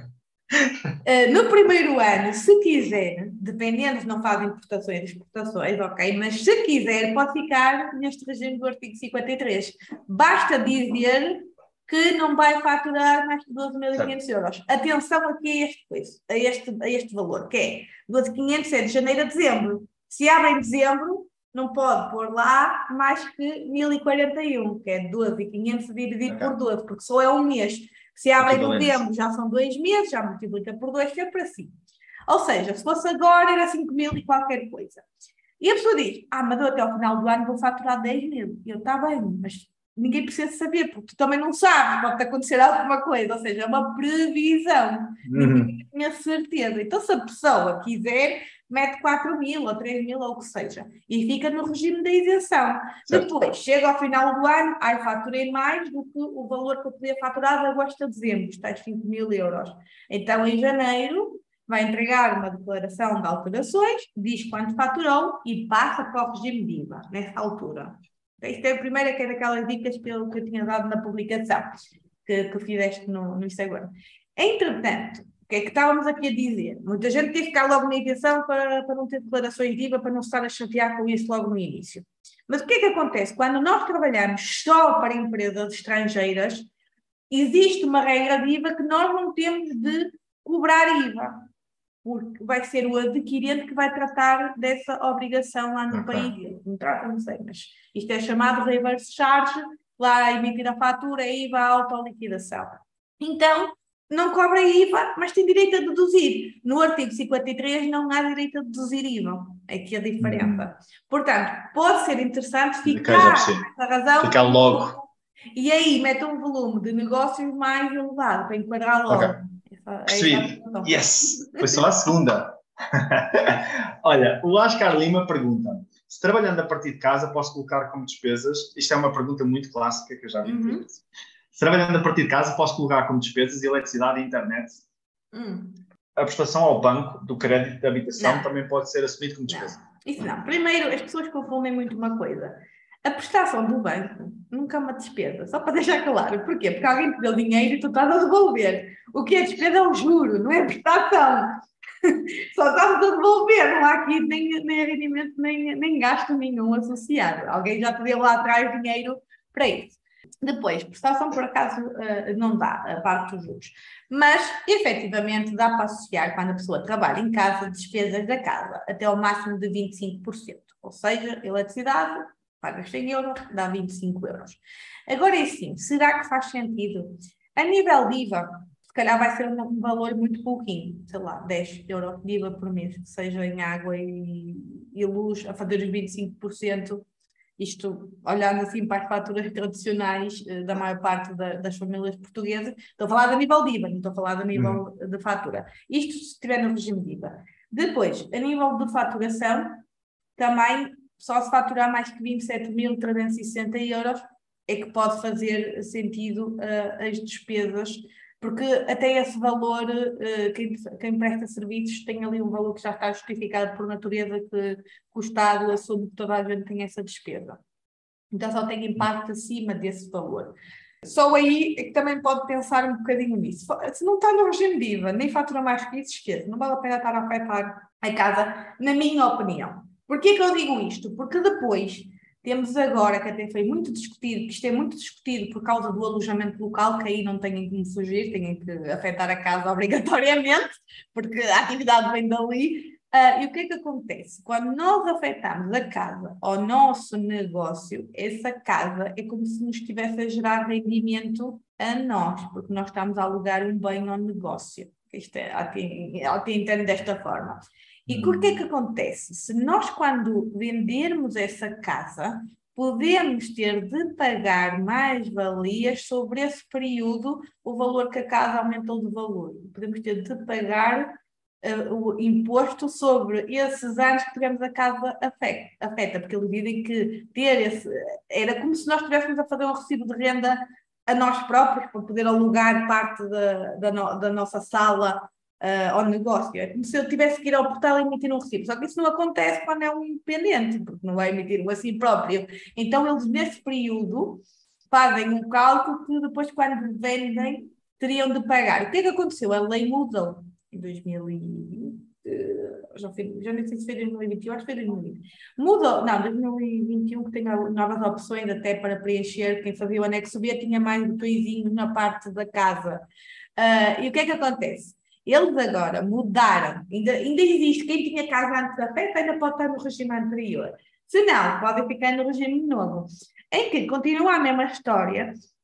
uh, no primeiro ano, se quiser, dependendo se não faz importações e exportações, ok, mas se quiser, pode ficar neste regime do artigo cinquenta e três. Basta dizer que não vai faturar mais de doze mil e quinhentos euros. Atenção aqui a este preço, a este, a este valor, que é doze mil e quinhentos é de janeiro a dezembro. Se abre em dezembro, não pode pôr lá mais que mil e quarenta e um, que é doze mil e quinhentos dividido okay. por doze, porque só é um mês. Se abre em novembro, já são dois meses, já multiplica por dois, sempre assim. Ou seja, se fosse agora, era cinco mil e qualquer coisa. E a pessoa diz, ah, mas eu até ao final do ano vou faturar dez mil. E eu, está bem, mas ninguém precisa saber, porque tu também não sabes, pode acontecer alguma coisa, ou seja, é uma previsão, Uhum. ninguém tem a certeza. Então, se a pessoa quiser, mete quatro mil ou três mil ou o que seja, e fica no regime da isenção. Certo. Depois, chega ao final do ano, ai, faturei mais do que o valor que eu podia faturar de agosto a dezembro, está cinco mil euros. Então, em janeiro, vai entregar uma declaração de alterações, diz quanto faturou e passa para o regime de I V A, nessa altura. Isto é a primeira, que é daquelas dicas que eu, que eu tinha dado na publicação que, que fizeste no, no Instagram. Entretanto, o que é que estávamos aqui a dizer? Muita gente teve que ficar logo na isenção para, para não ter declarações de I V A, para não estar a chatear com isso logo no início. Mas o que é que acontece? Quando nós trabalhamos só para empresas estrangeiras, existe uma regra de I V A que nós não temos de cobrar I V A, porque vai ser o adquirente que vai tratar dessa obrigação lá no Ok. país dele. Não trata, não sei, mas isto é chamado reverse charge, lá a emitir a fatura, é I V A autoliquidação. Então, não cobra I V A, mas tem direito a deduzir. No artigo cinquenta e três não há direito a deduzir I V A. É aqui a diferença. Hum. Portanto, pode ser interessante Ok, já ficar, percebi. por essa razão, Ficar logo. e aí mete um volume de negócios mais elevado, para enquadrar logo. Ok. Essa, é Percebido. essa a Yes! Foi só a segunda. Olha, o Oscar Lima pergunta: se trabalhando a partir de casa posso colocar como despesas, isto é uma pergunta muito clássica que eu já vi muitas Uhum. vezes. Se trabalhando a partir de casa posso colocar como despesas eletricidade e internet? Hum. A prestação ao banco do crédito de habitação Não. também pode ser assumido como despesa? Não, isso não. Primeiro, as pessoas confundem muito uma coisa. A prestação do banco nunca é uma despesa, só para deixar claro. Porquê? Porque alguém te deu dinheiro e tu estás a devolver. O que é despesa é um juro, não é prestação. Só estamos a devolver, não há aqui nem, nem rendimento, nem, nem gasto nenhum associado. Alguém já te deu lá atrás dinheiro para isso. Depois, prestação por acaso uh, não dá, a parte dos juros. Mas, efetivamente, dá para associar, quando a pessoa trabalha em casa, despesas da casa, até ao máximo de vinte e cinco por cento. Ou seja, eletricidade, pagas cem euros, dá vinte e cinco euros. Agora é assim, será que faz sentido? A nível de I V A, se calhar vai ser um, um valor muito pouquinho, sei lá, dez euros de I V A por mês, que seja em água e, e luz, a fazer os vinte e cinco por cento. Isto, olhando assim para as faturas tradicionais eh, da maior parte da, das famílias portuguesas, estou a falar a nível de I V A, não estou a falar a nível uhum. de fatura. Isto se estiver no regime de I V A. Depois, a nível de faturação, também só se faturar mais que vinte e sete mil trezentos e sessenta euros é que pode fazer sentido uh, as despesas, porque até esse valor, uh, quem, quem presta serviços tem ali um valor que já está justificado por natureza, que, que o Estado assume que toda a gente tem essa despesa. Então só tem impacto acima desse valor. Só aí é que também pode pensar um bocadinho nisso. Se não está no regime de I V A, nem fatura mais que isso, esquece. Não vale a pena estar a afetar a casa, na minha opinião. Porquê que eu digo isto? Porque depois temos agora, que até foi muito discutido, que isto é muito discutido por causa do alojamento local, que aí não têm como fugir, têm que afetar a casa obrigatoriamente, porque a atividade vem dali. Uh, e o que é que acontece? Quando nós afetamos a casa ao nosso negócio, essa casa é como se nos estivesse a gerar rendimento a nós, porque nós estamos a alugar um bem ao negócio. Isto é, até entendo desta forma. E o que é que acontece? Se nós, quando vendermos essa casa, podemos ter de pagar mais valias sobre esse período, o valor que a casa aumentou de valor. Podemos ter de pagar uh, o imposto sobre esses anos que tivemos a casa afeta, afeta, porque eles dizem que ter esse... Era como se nós estivéssemos a fazer um recibo de renda a nós próprios, para poder alugar parte da, da, no, da nossa sala Uh, ao negócio. É como se eu tivesse que ir ao portal e emitir um recibo. Só que isso não acontece quando é um independente, porque não vai emitir um assim próprio. Então, eles, nesse período, fazem um cálculo que depois, quando vendem, teriam de pagar. O que é que aconteceu? A lei mudou em dois mil e vinte. Uh, já, foi, já não sei se foi dois mil e vinte e um, acho que foi dois mil e vinte. Mudou, não, dois mil e vinte e um, que tem novas opções até para preencher. Quem fazia o anexo B tinha mais botõezinhos na parte da casa. Uh, e o que é que acontece? Eles agora mudaram, ainda, ainda existe, quem tinha casa antes da festa ainda pode estar no regime anterior. Se não, podem ficar no regime novo. Em que continua a mesma história,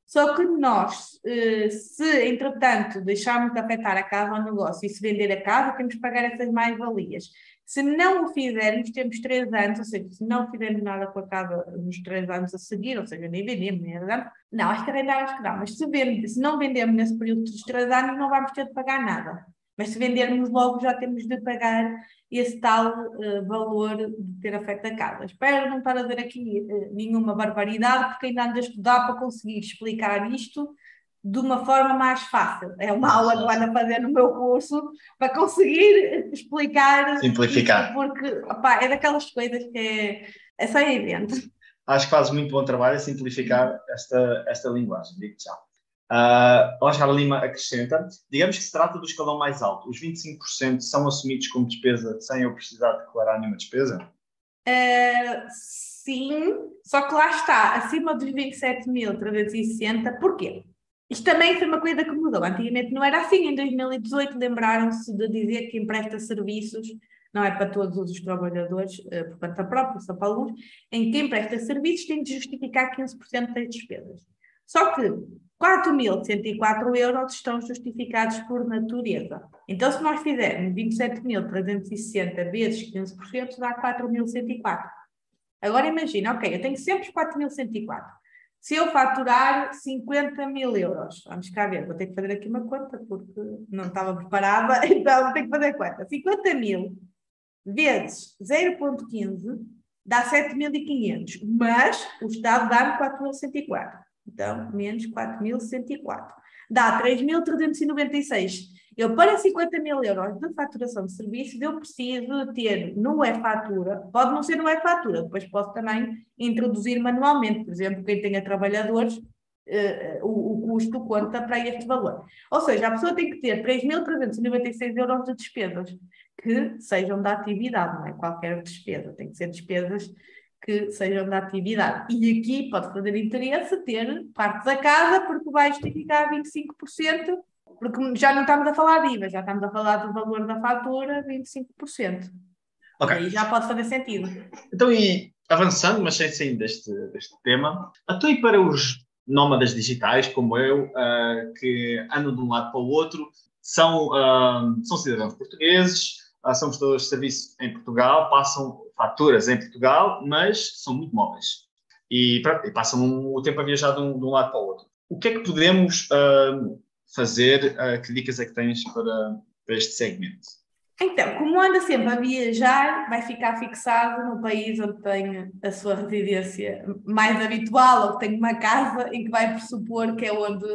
Só que nós, se entretanto deixarmos de afetar a casa ao negócio e se vender a casa, temos que pagar essas mais-valias. Se não o fizermos, temos três anos, ou seja, se não fizermos nada com a casa nos três anos a seguir, ou seja, nem vendemos, nem nada, não, acho que ainda acho que não, mas se, vende, se não vendermos nesse período dos três anos, não vamos ter de pagar nada. Mas se vendermos logo, já temos de pagar esse tal uh, valor de ter afeto a casa. Espero não estar a ver aqui uh, nenhuma barbaridade, porque ainda ando a estudar para conseguir explicar isto de uma forma mais fácil. É uma aula que eu ando a fazer no meu curso para conseguir explicar. Simplificar. Isto, porque opá, é daquelas coisas que é, é só evento. Acho que fazes muito bom trabalho a simplificar esta, esta linguagem. Digo tchau. Uh, Oscar Lima acrescenta, digamos que se trata do escalão mais alto. Os vinte e cinco por cento são assumidos como despesa sem eu precisar declarar nenhuma despesa? Uh, sim, só que lá está, acima dos vinte e sete mil trezentos e sessenta. Porquê? Isto também foi uma coisa que mudou. Antigamente não era assim. Em dois mil e dezoito lembraram-se de dizer que quem presta serviços, não é para todos os trabalhadores, uh, por conta própria, só para alguns, em quem presta serviços tem de justificar quinze por cento das despesas. Só que quatro mil cento e quatro euros estão justificados por natureza. Então, se nós fizermos vinte e sete mil trezentos e sessenta vezes quinze por cento, dá quatro mil cento e quatro. Agora imagina, ok, eu tenho sempre quatro mil cento e quatro. Se eu faturar cinquenta mil euros, vamos cá ver, vou ter que fazer aqui uma conta, porque não estava preparada, então vou ter que fazer conta. cinquenta mil vezes zero vírgula quinze dá sete mil e quinhentos, mas o Estado dá-me quatro mil cento e quatro. Então, menos quatro mil cento e quatro. Dá três mil trezentos e noventa e seis. Eu, para cinquenta mil euros de faturação de serviços, eu preciso ter no e-fatura, pode não ser no e-fatura, depois posso também introduzir manualmente, por exemplo, quem tenha trabalhadores, uh, o, o custo conta para este valor. Ou seja, a pessoa tem que ter três mil trezentos e noventa e seis euros de despesas, que sejam da atividade, não é qualquer despesa, tem que ser despesas que sejam da atividade. E aqui pode fazer interesse ter parte da casa, porque vai justificar vinte e cinco por cento, porque já não estamos a falar de I V A, já estamos a falar do valor da fatura, vinte e cinco por cento. Ok. E aí já pode fazer sentido. Então, e avançando, mas sem sair deste, deste tema, então e para os nómadas digitais, como eu, uh, que andam de um lado para o outro, são, uh, são cidadãos portugueses, uh, são prestadores de serviço em Portugal, passam faturas em Portugal, mas são muito móveis e, e passam o tempo a viajar de um, de um lado para o outro. O que é que podemos uh, fazer? Uh, que dicas é que tens para, para este segmento? Então, como anda sempre a viajar, vai ficar fixado no país onde tem a sua residência mais habitual, ou que tem uma casa em que vai pressupor que é onde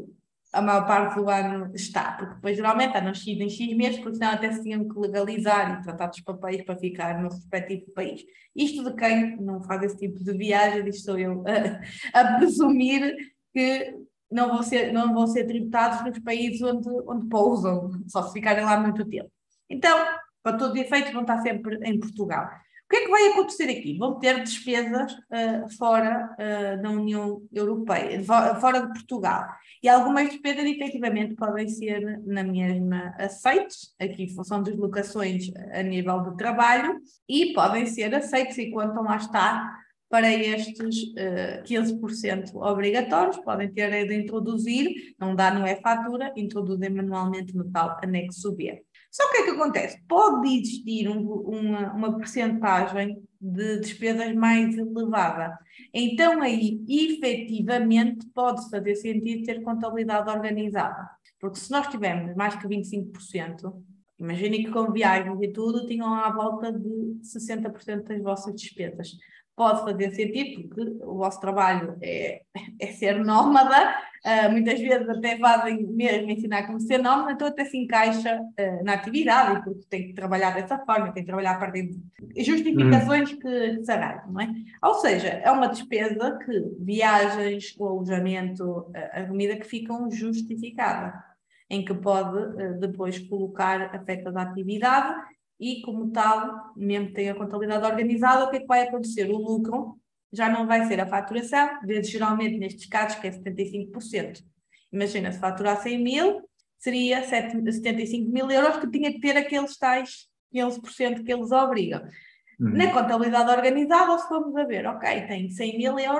a maior parte do ano está, porque depois geralmente há nascido em X meses, porque senão até se tinham que legalizar e tratar dos papéis para ficar no respectivo país. Isto de quem não faz esse tipo de viagem, isto sou eu a, a presumir que não vão ser, não vão ser tributados nos países onde, onde pousam, só se ficarem lá muito tempo. Então, para todos os efeitos, vão estar sempre em Portugal. O que é que vai acontecer aqui? Vão ter despesas uh, fora uh, da União Europeia, fora de Portugal. E algumas despesas, efetivamente, podem ser na mesma aceites, aqui são deslocações a nível de trabalho, e podem ser aceites e contam lá está para estes uh, quinze por cento obrigatórios, podem ter de introduzir, não dá no e-fatura, introduzem manualmente no tal anexo B. Só que o que é que acontece? Pode existir um, uma, uma percentagem de despesas mais elevada. Então aí, efetivamente, pode fazer sentido ter contabilidade organizada. Porque se nós tivermos mais que vinte e cinco por cento, imaginem que com viagens e tudo, tinham à volta de sessenta por cento das vossas despesas. Pode fazer sentido, porque o vosso trabalho é, é ser nómada, uh, muitas vezes até fazem mesmo ensinar como ser nómada, então até se encaixa uh, na atividade, porque tem que trabalhar dessa forma, tem que trabalhar a partir de justificações hum. que, que se arranjam, não é? Ou seja, é uma despesa que viagens, o alojamento, a comida que ficam justificadas, em que pode uh, depois colocar afeta da atividade. E, como tal, mesmo que tenha a contabilidade organizada, o que é que vai acontecer? O lucro já não vai ser a faturação, vezes geralmente nestes casos, que é setenta e cinco por cento. Imagina, se faturar cem mil, seria setenta e cinco mil euros que tinha que ter aqueles tais quinze por cento que eles obrigam. Uhum. Na contabilidade organizada, se formos a ver, ok, tem cem mil euros,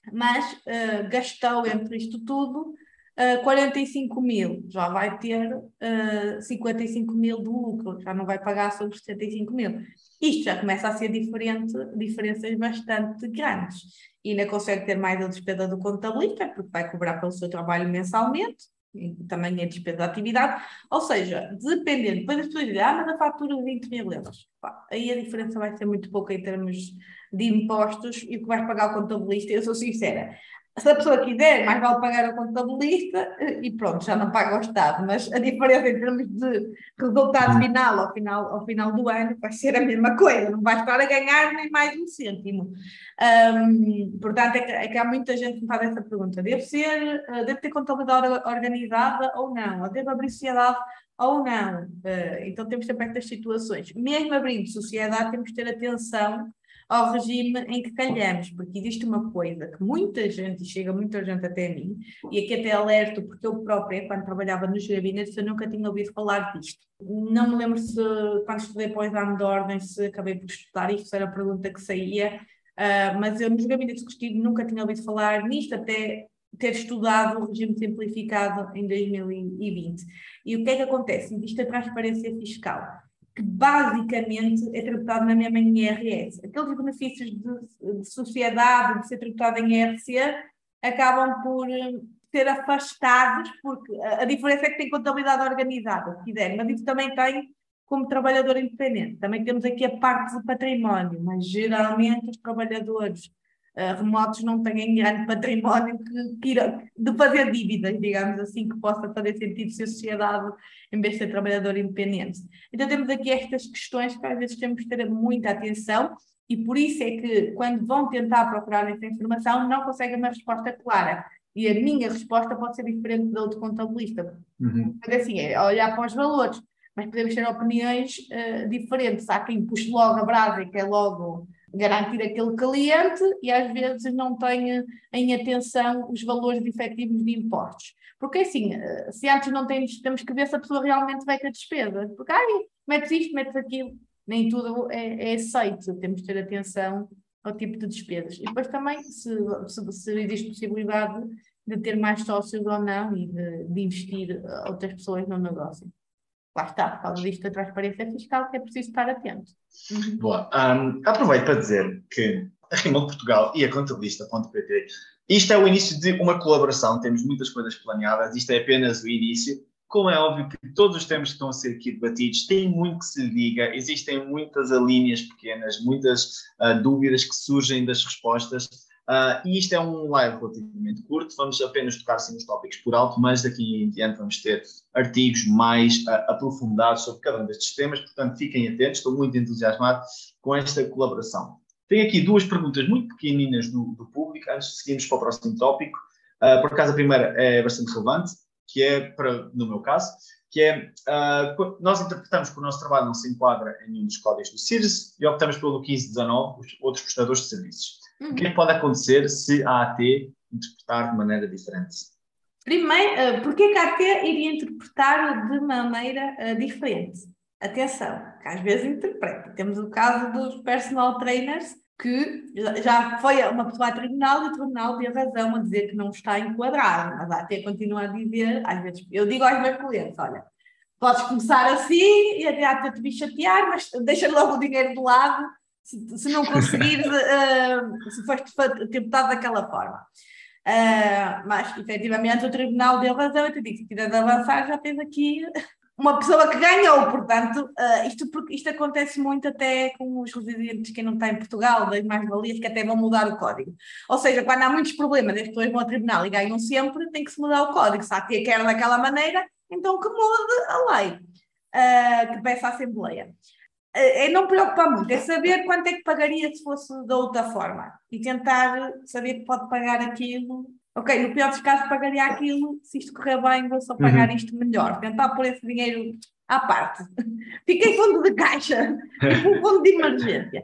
mas uh, gastou entre isto tudo uh, quarenta e cinco mil, já vai ter uh, cinquenta e cinco mil de lucro, já não vai pagar sobre setenta e cinco mil. Isto já começa a ser diferente, diferenças bastante grandes. E ainda consegue ter mais a despesa do contabilista, porque vai cobrar pelo seu trabalho mensalmente, e também é despesa de atividade. Ou seja, dependendo, depois as pessoas dizem, ah, mas a fatura de vinte mil euros. Pá, aí a diferença vai ser muito pouca em termos de impostos e o que vais pagar ao contabilista, eu sou sincera. Se a pessoa quiser, mais vale pagar ao contabilista e pronto, já não paga ao Estado, mas a diferença em termos de resultado final ao final, ao final do ano vai ser a mesma coisa, não vai estar a ganhar nem mais um cêntimo. Um, portanto, é que, é que há muita gente que me faz essa pergunta, deve ser, uh, deve ter contabilidade organizada ou não, ou deve abrir sociedade ou não. Uh, então temos sempre estas situações. Mesmo abrindo sociedade, temos que ter atenção ao regime em que calhamos, porque existe uma coisa que muita gente, e chega muita gente até a mim, e aqui até alerto, porque eu própria, quando trabalhava nos gabinetes, eu nunca tinha ouvido falar disto. Não me lembro se, quando estudei para o exame de ordem, se acabei por estudar isto, se era a pergunta que saía, uh, mas eu nos gabinetes que estive nunca tinha ouvido falar nisto, até ter estudado o regime simplificado em dois mil e vinte. E o que é que acontece? Existe a transparência fiscal, que basicamente é tributado na mesma em I R S. Aqueles benefícios de, de sociedade, de ser tributado em I R C, acabam por ser afastados, porque a, a diferença é que tem contabilidade organizada, se quiser, mas isso também tem como trabalhador independente. Também temos aqui a parte de património, mas geralmente os trabalhadores Uh, remotos não têm grande património que, que ir, de fazer dívidas, digamos assim, que possa fazer sentido ser sociedade em vez de ser trabalhador independente. Então temos aqui estas questões que às vezes temos que ter muita atenção e por isso é que quando vão tentar procurar essa informação não conseguem uma resposta clara. E a minha resposta pode ser diferente da outro contabilista. Uhum. Mas assim, é olhar para os valores, mas podemos ter opiniões uh, diferentes. Há quem puxe logo a brasa e quer logo garantir aquele cliente e às vezes não tem em atenção os valores efetivos de impostos. Porque assim, se antes não temos, temos que ver se a pessoa realmente vai ter despesa. Porque, ai, metes isto, metes aquilo, nem tudo é, é aceito. Temos de ter atenção ao tipo de despesas. E depois também, se, se, se existe possibilidade de ter mais sócios ou não e de, de investir outras pessoas no negócio. Lá está, por causa disto da transparência fiscal, que é preciso estar atento. Uhum. Boa. Um, aproveito para dizer que a Remote Portugal e a Contabilista ponto pt, isto é o início de uma colaboração, temos muitas coisas planeadas, isto é apenas o início. Como é óbvio que todos os temas que estão a ser aqui debatidos têm muito que se diga, existem muitas alíneas pequenas, muitas uh, dúvidas que surgem das respostas. Uh, e isto é um live relativamente curto, vamos apenas tocar assim nos tópicos por alto, mas daqui em diante vamos ter artigos mais uh, aprofundados sobre cada um destes temas, portanto fiquem atentos, estou muito entusiasmado com esta colaboração. Tenho aqui duas perguntas muito pequeninas do, do público, antes de seguirmos para o próximo tópico. Uh, por acaso a primeira é bastante relevante, que é, para, no meu caso, que é, uh, nós interpretamos que o nosso trabalho não se enquadra em nenhum dos códigos do C I R S e optamos pelo quinze dezanove, os outros prestadores de serviços. Uhum. O que é que pode acontecer se a AT interpretar de maneira diferente? Primeiro, uh, porquê que a AT iria interpretar de maneira uh, diferente? Atenção, que às vezes interpreta. Temos o caso dos personal trainers, que já foi uma pessoa a tribunal e o tribunal deu razão a dizer que não está enquadrado, mas a AT continua a dizer, às vezes, eu digo aos meus clientes, olha, podes começar assim e até a AT te vir chatear, mas deixa logo o dinheiro de lado, se, se não conseguires, uh, se foste tributado daquela forma. Uh, mas, efetivamente, o tribunal deu razão, eu te digo, se quiseres avançar, já tens aqui uma pessoa que ganhou, portanto, uh, isto, isto acontece muito até com os residentes que não estão em Portugal, das mais-valias, que até vão mudar o código. Ou seja, quando há muitos problemas, as pessoas vão ao tribunal e ganham sempre, tem que se mudar o código. Se a tia quer daquela maneira, então que mude a lei, uh, que peça a Assembleia. Uh, é não preocupar muito, é saber quanto é que pagaria se fosse da outra forma e tentar saber que pode pagar aquilo. Ok, no pior dos casos pagaria aquilo, se isto correr bem vou só pagar uhum. isto melhor, tentar pôr esse dinheiro à parte. Fica em fundo de caixa, tipo um fundo de emergência.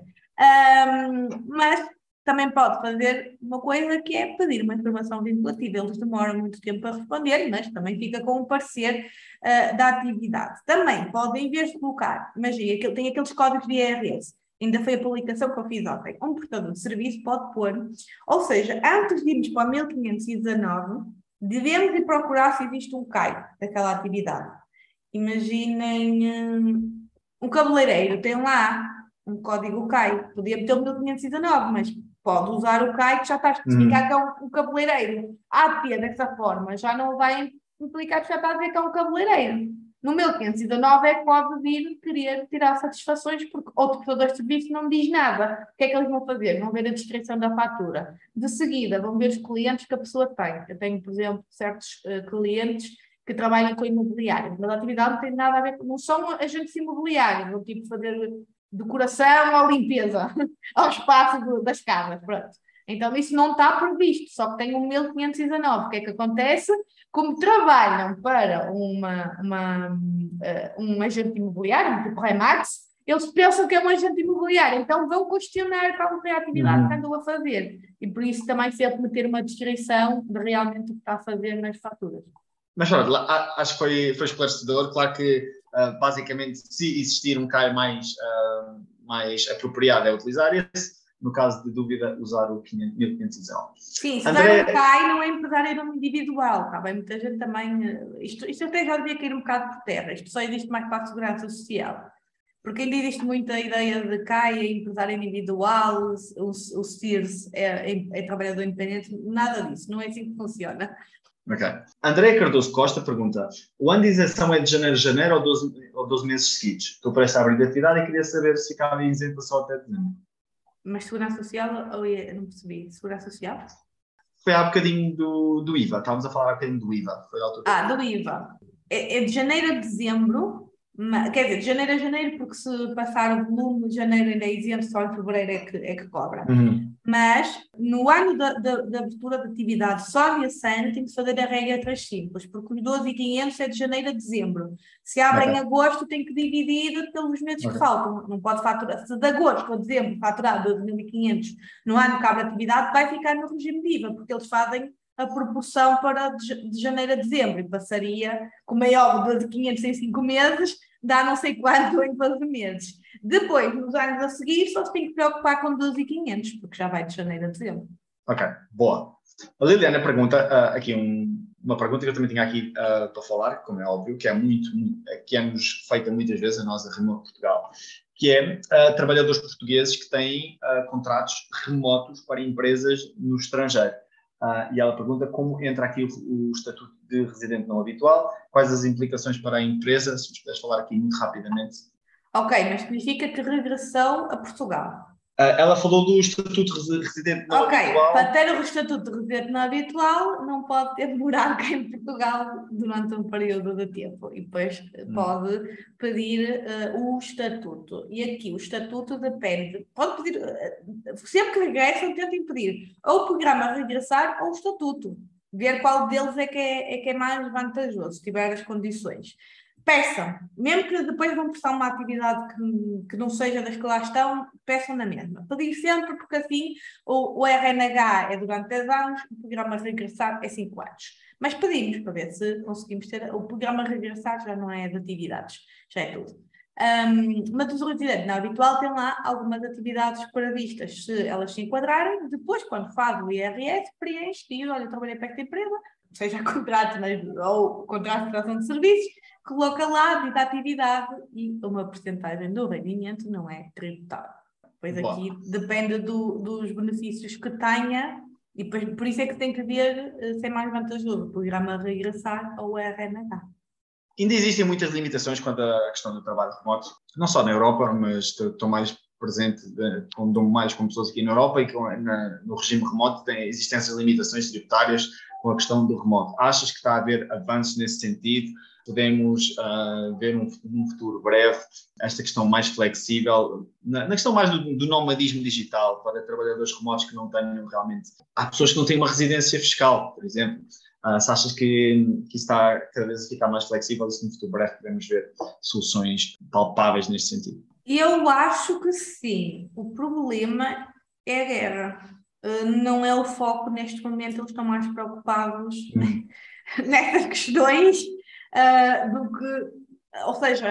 Um, mas também pode fazer uma coisa que é pedir uma informação vinculativa, eles demoram muito tempo a responder, mas também fica com o parecer uh, da atividade. Também pode, em vez de colocar, imagina, tem aqueles códigos de I R S, ainda foi a publicação que eu fiz ontem, um prestador de serviço pode pôr, ou seja, antes de irmos para mil quinhentos e dezanove, devemos ir procurar se existe um C A I daquela atividade. Imaginem um, um cabeleireiro, tem lá um código C A I, podia meter o mil quinhentos e dezanove, mas pode usar o C A I que já está especificado que é um, um cabeleireiro. A ter dessa forma já não vai implicar que já está a dizer que é um cabeleireiro. No mil quinhentos e dezanove é que pode vir querer tirar satisfações porque outro prestador de serviço não diz nada. O que é que eles vão fazer? Vão ver a descrição da fatura. De seguida, vão ver os clientes que a pessoa tem. Eu tenho, por exemplo, certos uh, clientes que trabalham com imobiliários, mas a atividade não tem nada a ver com... Não são agentes imobiliários, vão tipo fazer decoração ou limpeza ao espaço do, das casas. Pronto. Então isso não está previsto, só que tem o mil quinhentos e dezanove. O que é que acontece? Como trabalham para uma, uma, uh, um agente imobiliário, tipo Remax, eles pensam que é um agente imobiliário, então vão questionar qual é a atividade uhum. que andam a fazer. E por isso também sempre meter uma descrição de realmente o que está a fazer nas faturas. Mas olha, acho que foi, foi esclarecedor. Claro que, uh, basicamente, se existir um C A I mais, uh, mais apropriado é utilizar esse. No caso de dúvida, usar o mil quinhentos e dezanove. Sim, se André... usar o C A I não é empresário individual, está bem? Muita gente também... Isto, isto até já devia cair um bocado por terra. Isto só existe mais para a segurança social. Porque ainda existe muita ideia de C A I é empresário individual, o, o S I R S é, é, é trabalhador independente. Nada disso, não é assim que funciona. Ok. André Cardoso Costa pergunta: o ano de isenção é de janeiro a janeiro ou doze, ou doze meses seguidos? Estou prestes a abrir de atividade e queria saber se ficava isento só até dezembro. Mas segurança social ou é, não percebi? Segurança social? Foi há bocadinho do, do I V A, estávamos a falar há bocadinho do I V A. Foi da altura. Ah, do I V A. É, é de janeiro a dezembro, mas, quer dizer, de janeiro a janeiro, porque se passar o volume de janeiro ainda é isento, só em fevereiro é que, é que cobra. Uhum. Mas no ano da, da, da abertura de atividade só nesse ano tem que fazer a regra três simples, porque os doze mil e quinhentos é de janeiro a dezembro. Se abre okay. em agosto tem que dividir pelos meses okay. que faltam, não pode faturar. Se de agosto a dezembro faturar doze mil e quinhentos no ano que abre a atividade, vai ficar no regime de I V A, porque eles fazem a proporção para de, de janeiro a dezembro e passaria, como é óbvio, doze mil e quinhentos em cinco meses, dá não sei quanto em doze meses. Depois, nos anos a seguir, só se tem que preocupar com doze mil e quinhentos, porque já vai de janeiro a dezembro. Ok, boa. A Liliana pergunta, uh, aqui um, uma pergunta que eu também tinha aqui uh, para falar, como é óbvio, que é muito, muito que é-nos feita muitas vezes a nós, a Remote Portugal, que é uh, trabalhadores portugueses que têm uh, contratos remotos para empresas no estrangeiro. Uh, e ela pergunta como entra aqui o, o estatuto de residente não habitual, quais as implicações para a empresa, se nos puderes falar aqui muito rapidamente. Ok, mas significa que regressou a Portugal. Uh, ela falou do estatuto de residente não okay, habitual. Ok, para ter o estatuto de residente não habitual, não pode ter morado cá em Portugal durante um período de tempo. E depois hum. pode pedir uh, o estatuto. E aqui o estatuto depende, pode pedir, uh, sempre que regressam, tentem pedir ou o programa regressar ou o estatuto. Ver qual deles é que é, é que é mais vantajoso, se tiver as condições. Peçam, mesmo que depois vão prestar uma atividade que, que não seja das que lá estão, peçam na mesma. Pedir sempre, porque assim o, o R N H é durante dez anos, o programa regressar é cinco anos. Mas pedimos para ver se conseguimos ter. O programa regressar já não é de atividades, já é tudo. Um, mas o residente não habitual tem lá algumas atividades previstas, se elas se enquadrarem. Depois, quando faz o I R S, preenche, diz: olha, eu trabalhei para esta empresa, seja contrato ou contrato de prestação de serviços, coloca lá, diz a atividade e uma porcentagem do rendimento não é tributado. Pois aqui Bom. depende do, dos benefícios que tenha e depois, por isso é que tem que ver se é mais vantajoso o programa regressar ou o R N H. Ainda existem muitas limitações quanto à questão do trabalho remoto, não só na Europa, mas estou mais presente, dou mais com pessoas aqui na Europa e que na, no regime remoto tem, existem essas limitações tributárias com a questão do remoto. Achas que está a haver avanços nesse sentido? Podemos uh, ver um, um futuro breve esta questão mais flexível, na, na questão mais do, do nomadismo digital para trabalhadores remotos que não tenham realmente... Há pessoas que não têm uma residência fiscal, por exemplo. Uh, se achas que, que isso está cada vez a ficar mais flexível e se no futuro breve podemos ver soluções palpáveis neste sentido? Eu acho que sim. O problema é a guerra. Uh, não é o foco neste momento, eles estão mais preocupados hum. nessas questões uh, do que... Ou seja, claro.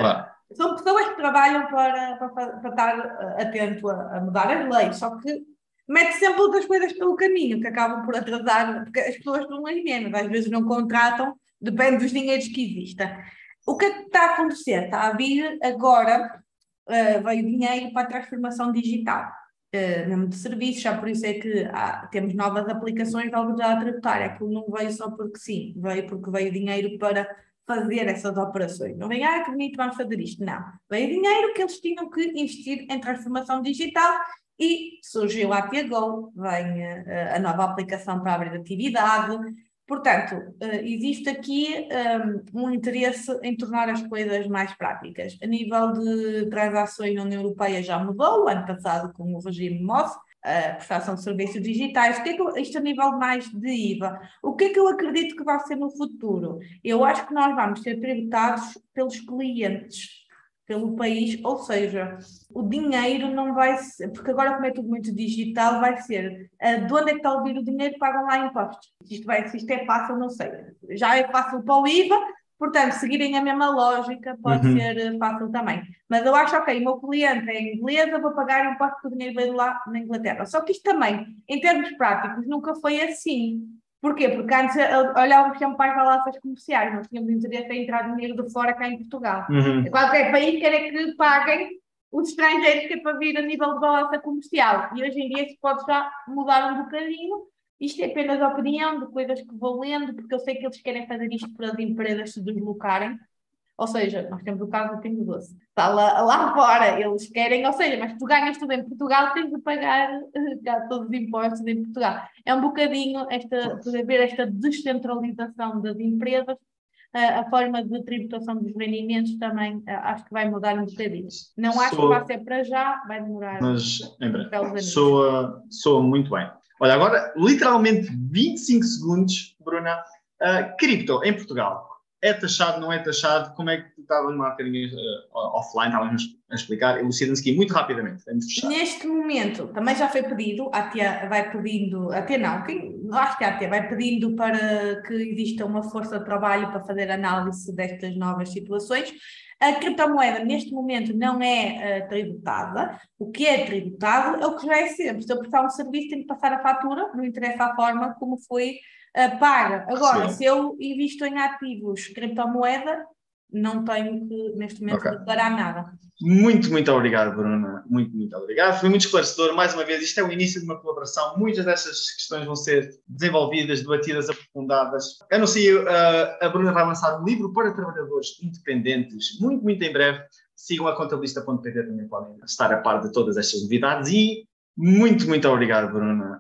são pessoas que trabalham para, para, para estar atento a, a mudar as leis, só que mete sempre outras coisas pelo caminho que acabam por atrasar, porque as pessoas não as menos, às vezes não contratam, depende dos dinheiros que existem. O que é que está a acontecer? Está a vir agora, uh, veio dinheiro para a transformação digital, uh, mesmo de serviços, já por isso é que há, temos novas aplicações de autoridade tributária. Aquilo não veio só porque sim, veio porque veio dinheiro para fazer essas operações. Não vem, ah, que bonito, vamos fazer isto. Não. Veio dinheiro que eles tinham que investir em transformação digital e surgiu a ATGO, vem uh, a nova aplicação para abrir atividade. Portanto, uh, existe aqui um, um interesse em tornar as coisas mais práticas. A nível de transações na União Europeia já mudou, o ano passado com o regime M O S, a prestação de serviços digitais. O que é que eu, isto a nível mais de I V A. O que é que eu acredito que vai ser no futuro? Eu acho que nós vamos ser tributados pelos clientes, pelo país, ou seja, o dinheiro não vai ser, porque agora como é tudo muito digital, vai ser uh, de onde é que está a vir o dinheiro, pagam lá impostos. Isto, vai, se isto é fácil, não sei. Já é fácil para o I V A, portanto, seguirem a mesma lógica pode uhum. ser fácil também. Mas eu acho, ok, o meu cliente é inglês, eu vou pagar imposto porque o dinheiro veio lá na Inglaterra. Só que isto também, em termos práticos, nunca foi assim. Porquê? Porque antes olhávamos sempre para as balanças comerciais, nós tínhamos interesse em entrar dinheiro de fora cá em Portugal. Uhum. Qualquer país quer que paguem os estrangeiros que é para vir a nível de balança comercial. E hoje em dia isso pode já mudar um bocadinho. Isto é apenas opinião de coisas que vou lendo, porque eu sei que eles querem fazer isto para as empresas se deslocarem. Ou seja, nós temos o caso do Pingo Doce. Está lá, lá fora, eles querem, ou seja, mas tu ganhas tudo em Portugal, tens de pagar uh, todos os impostos em Portugal. É um bocadinho esta, poder ver esta descentralização das empresas, uh, a forma de tributação dos rendimentos também uh, acho que vai mudar um bocadinho. Não Soa, acho que vai ser para já, vai demorar. Mas, em breve, soa, soa muito bem. Olha, agora, literalmente vinte e cinco segundos, Bruna. Uh, cripto em Portugal. É taxado, não é taxado? Como é que tu estavas numa bocadinho uh, offline, estavas a explicar? Elucida-nos aqui muito rapidamente. Neste momento, também já foi pedido, a T A vai pedindo, a T A não, quem, acho que a T A vai pedindo para que exista uma força de trabalho para fazer análise destas novas situações. A criptomoeda, neste momento, não é uh, tributada. O que é tributado é o que já é sempre. Se eu prestar um serviço, tenho que passar a fatura, não interessa a forma como foi uh, paga. Agora, Sim. se eu invisto em ativos criptomoeda, não tenho que, neste momento, okay. declarar nada. Muito, muito obrigado, Bruna. Muito, muito obrigado. Foi muito esclarecedor. Mais uma vez, isto é o início de uma colaboração. Muitas destas questões vão ser desenvolvidas, debatidas, aprofundadas. Anuncio, uh, a Bruna vai lançar um livro para trabalhadores independentes, muito, muito em breve. Sigam a contabilista ponto pt, também podem estar a par de todas estas novidades. E muito, muito obrigado, Bruna.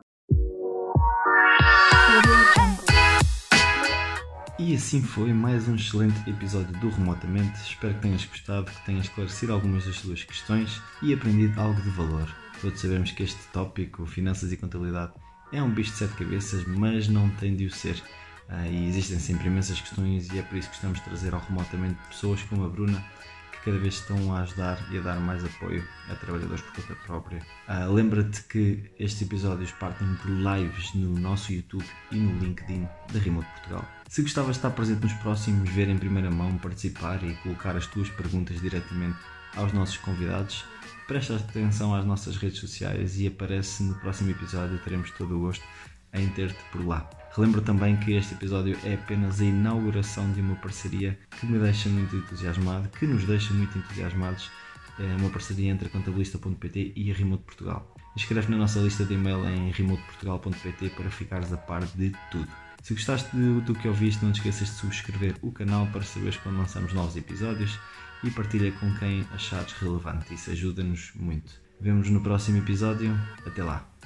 E assim foi mais um excelente episódio do Remotamente. Espero que tenhas gostado, que tenhas esclarecido algumas das tuas questões e aprendido algo de valor. Todos sabemos que este tópico, finanças e contabilidade, é um bicho de sete cabeças, mas não tem de o ser. Uh, e existem sempre imensas questões e é por isso que estamos a trazer ao Remotamente pessoas como a Bruna, que cada vez estão a ajudar e a dar mais apoio a trabalhadores por conta própria. Uh, lembra-te que estes episódios partem de lives no nosso YouTube e no LinkedIn da Remote Portugal. Se gostavas de estar presente nos próximos, ver em primeira mão, participar e colocar as tuas perguntas diretamente aos nossos convidados, presta atenção às nossas redes sociais e aparece no próximo episódio. Teremos todo o gosto em ter-te por lá. Relembro também que este episódio é apenas a inauguração de uma parceria que me deixa muito entusiasmado, que nos deixa muito entusiasmados, é uma parceria entre a contabilista ponto pt e a Remote Portugal. Inscreve na nossa lista de e-mail em remote portugal ponto pt para ficares a par de tudo. Se gostaste do que ouviste, não te esqueças de subscrever o canal para saberes quando lançamos novos episódios e partilha com quem achares relevante. Isso ajuda-nos muito. Vemo-nos no próximo episódio. Até lá!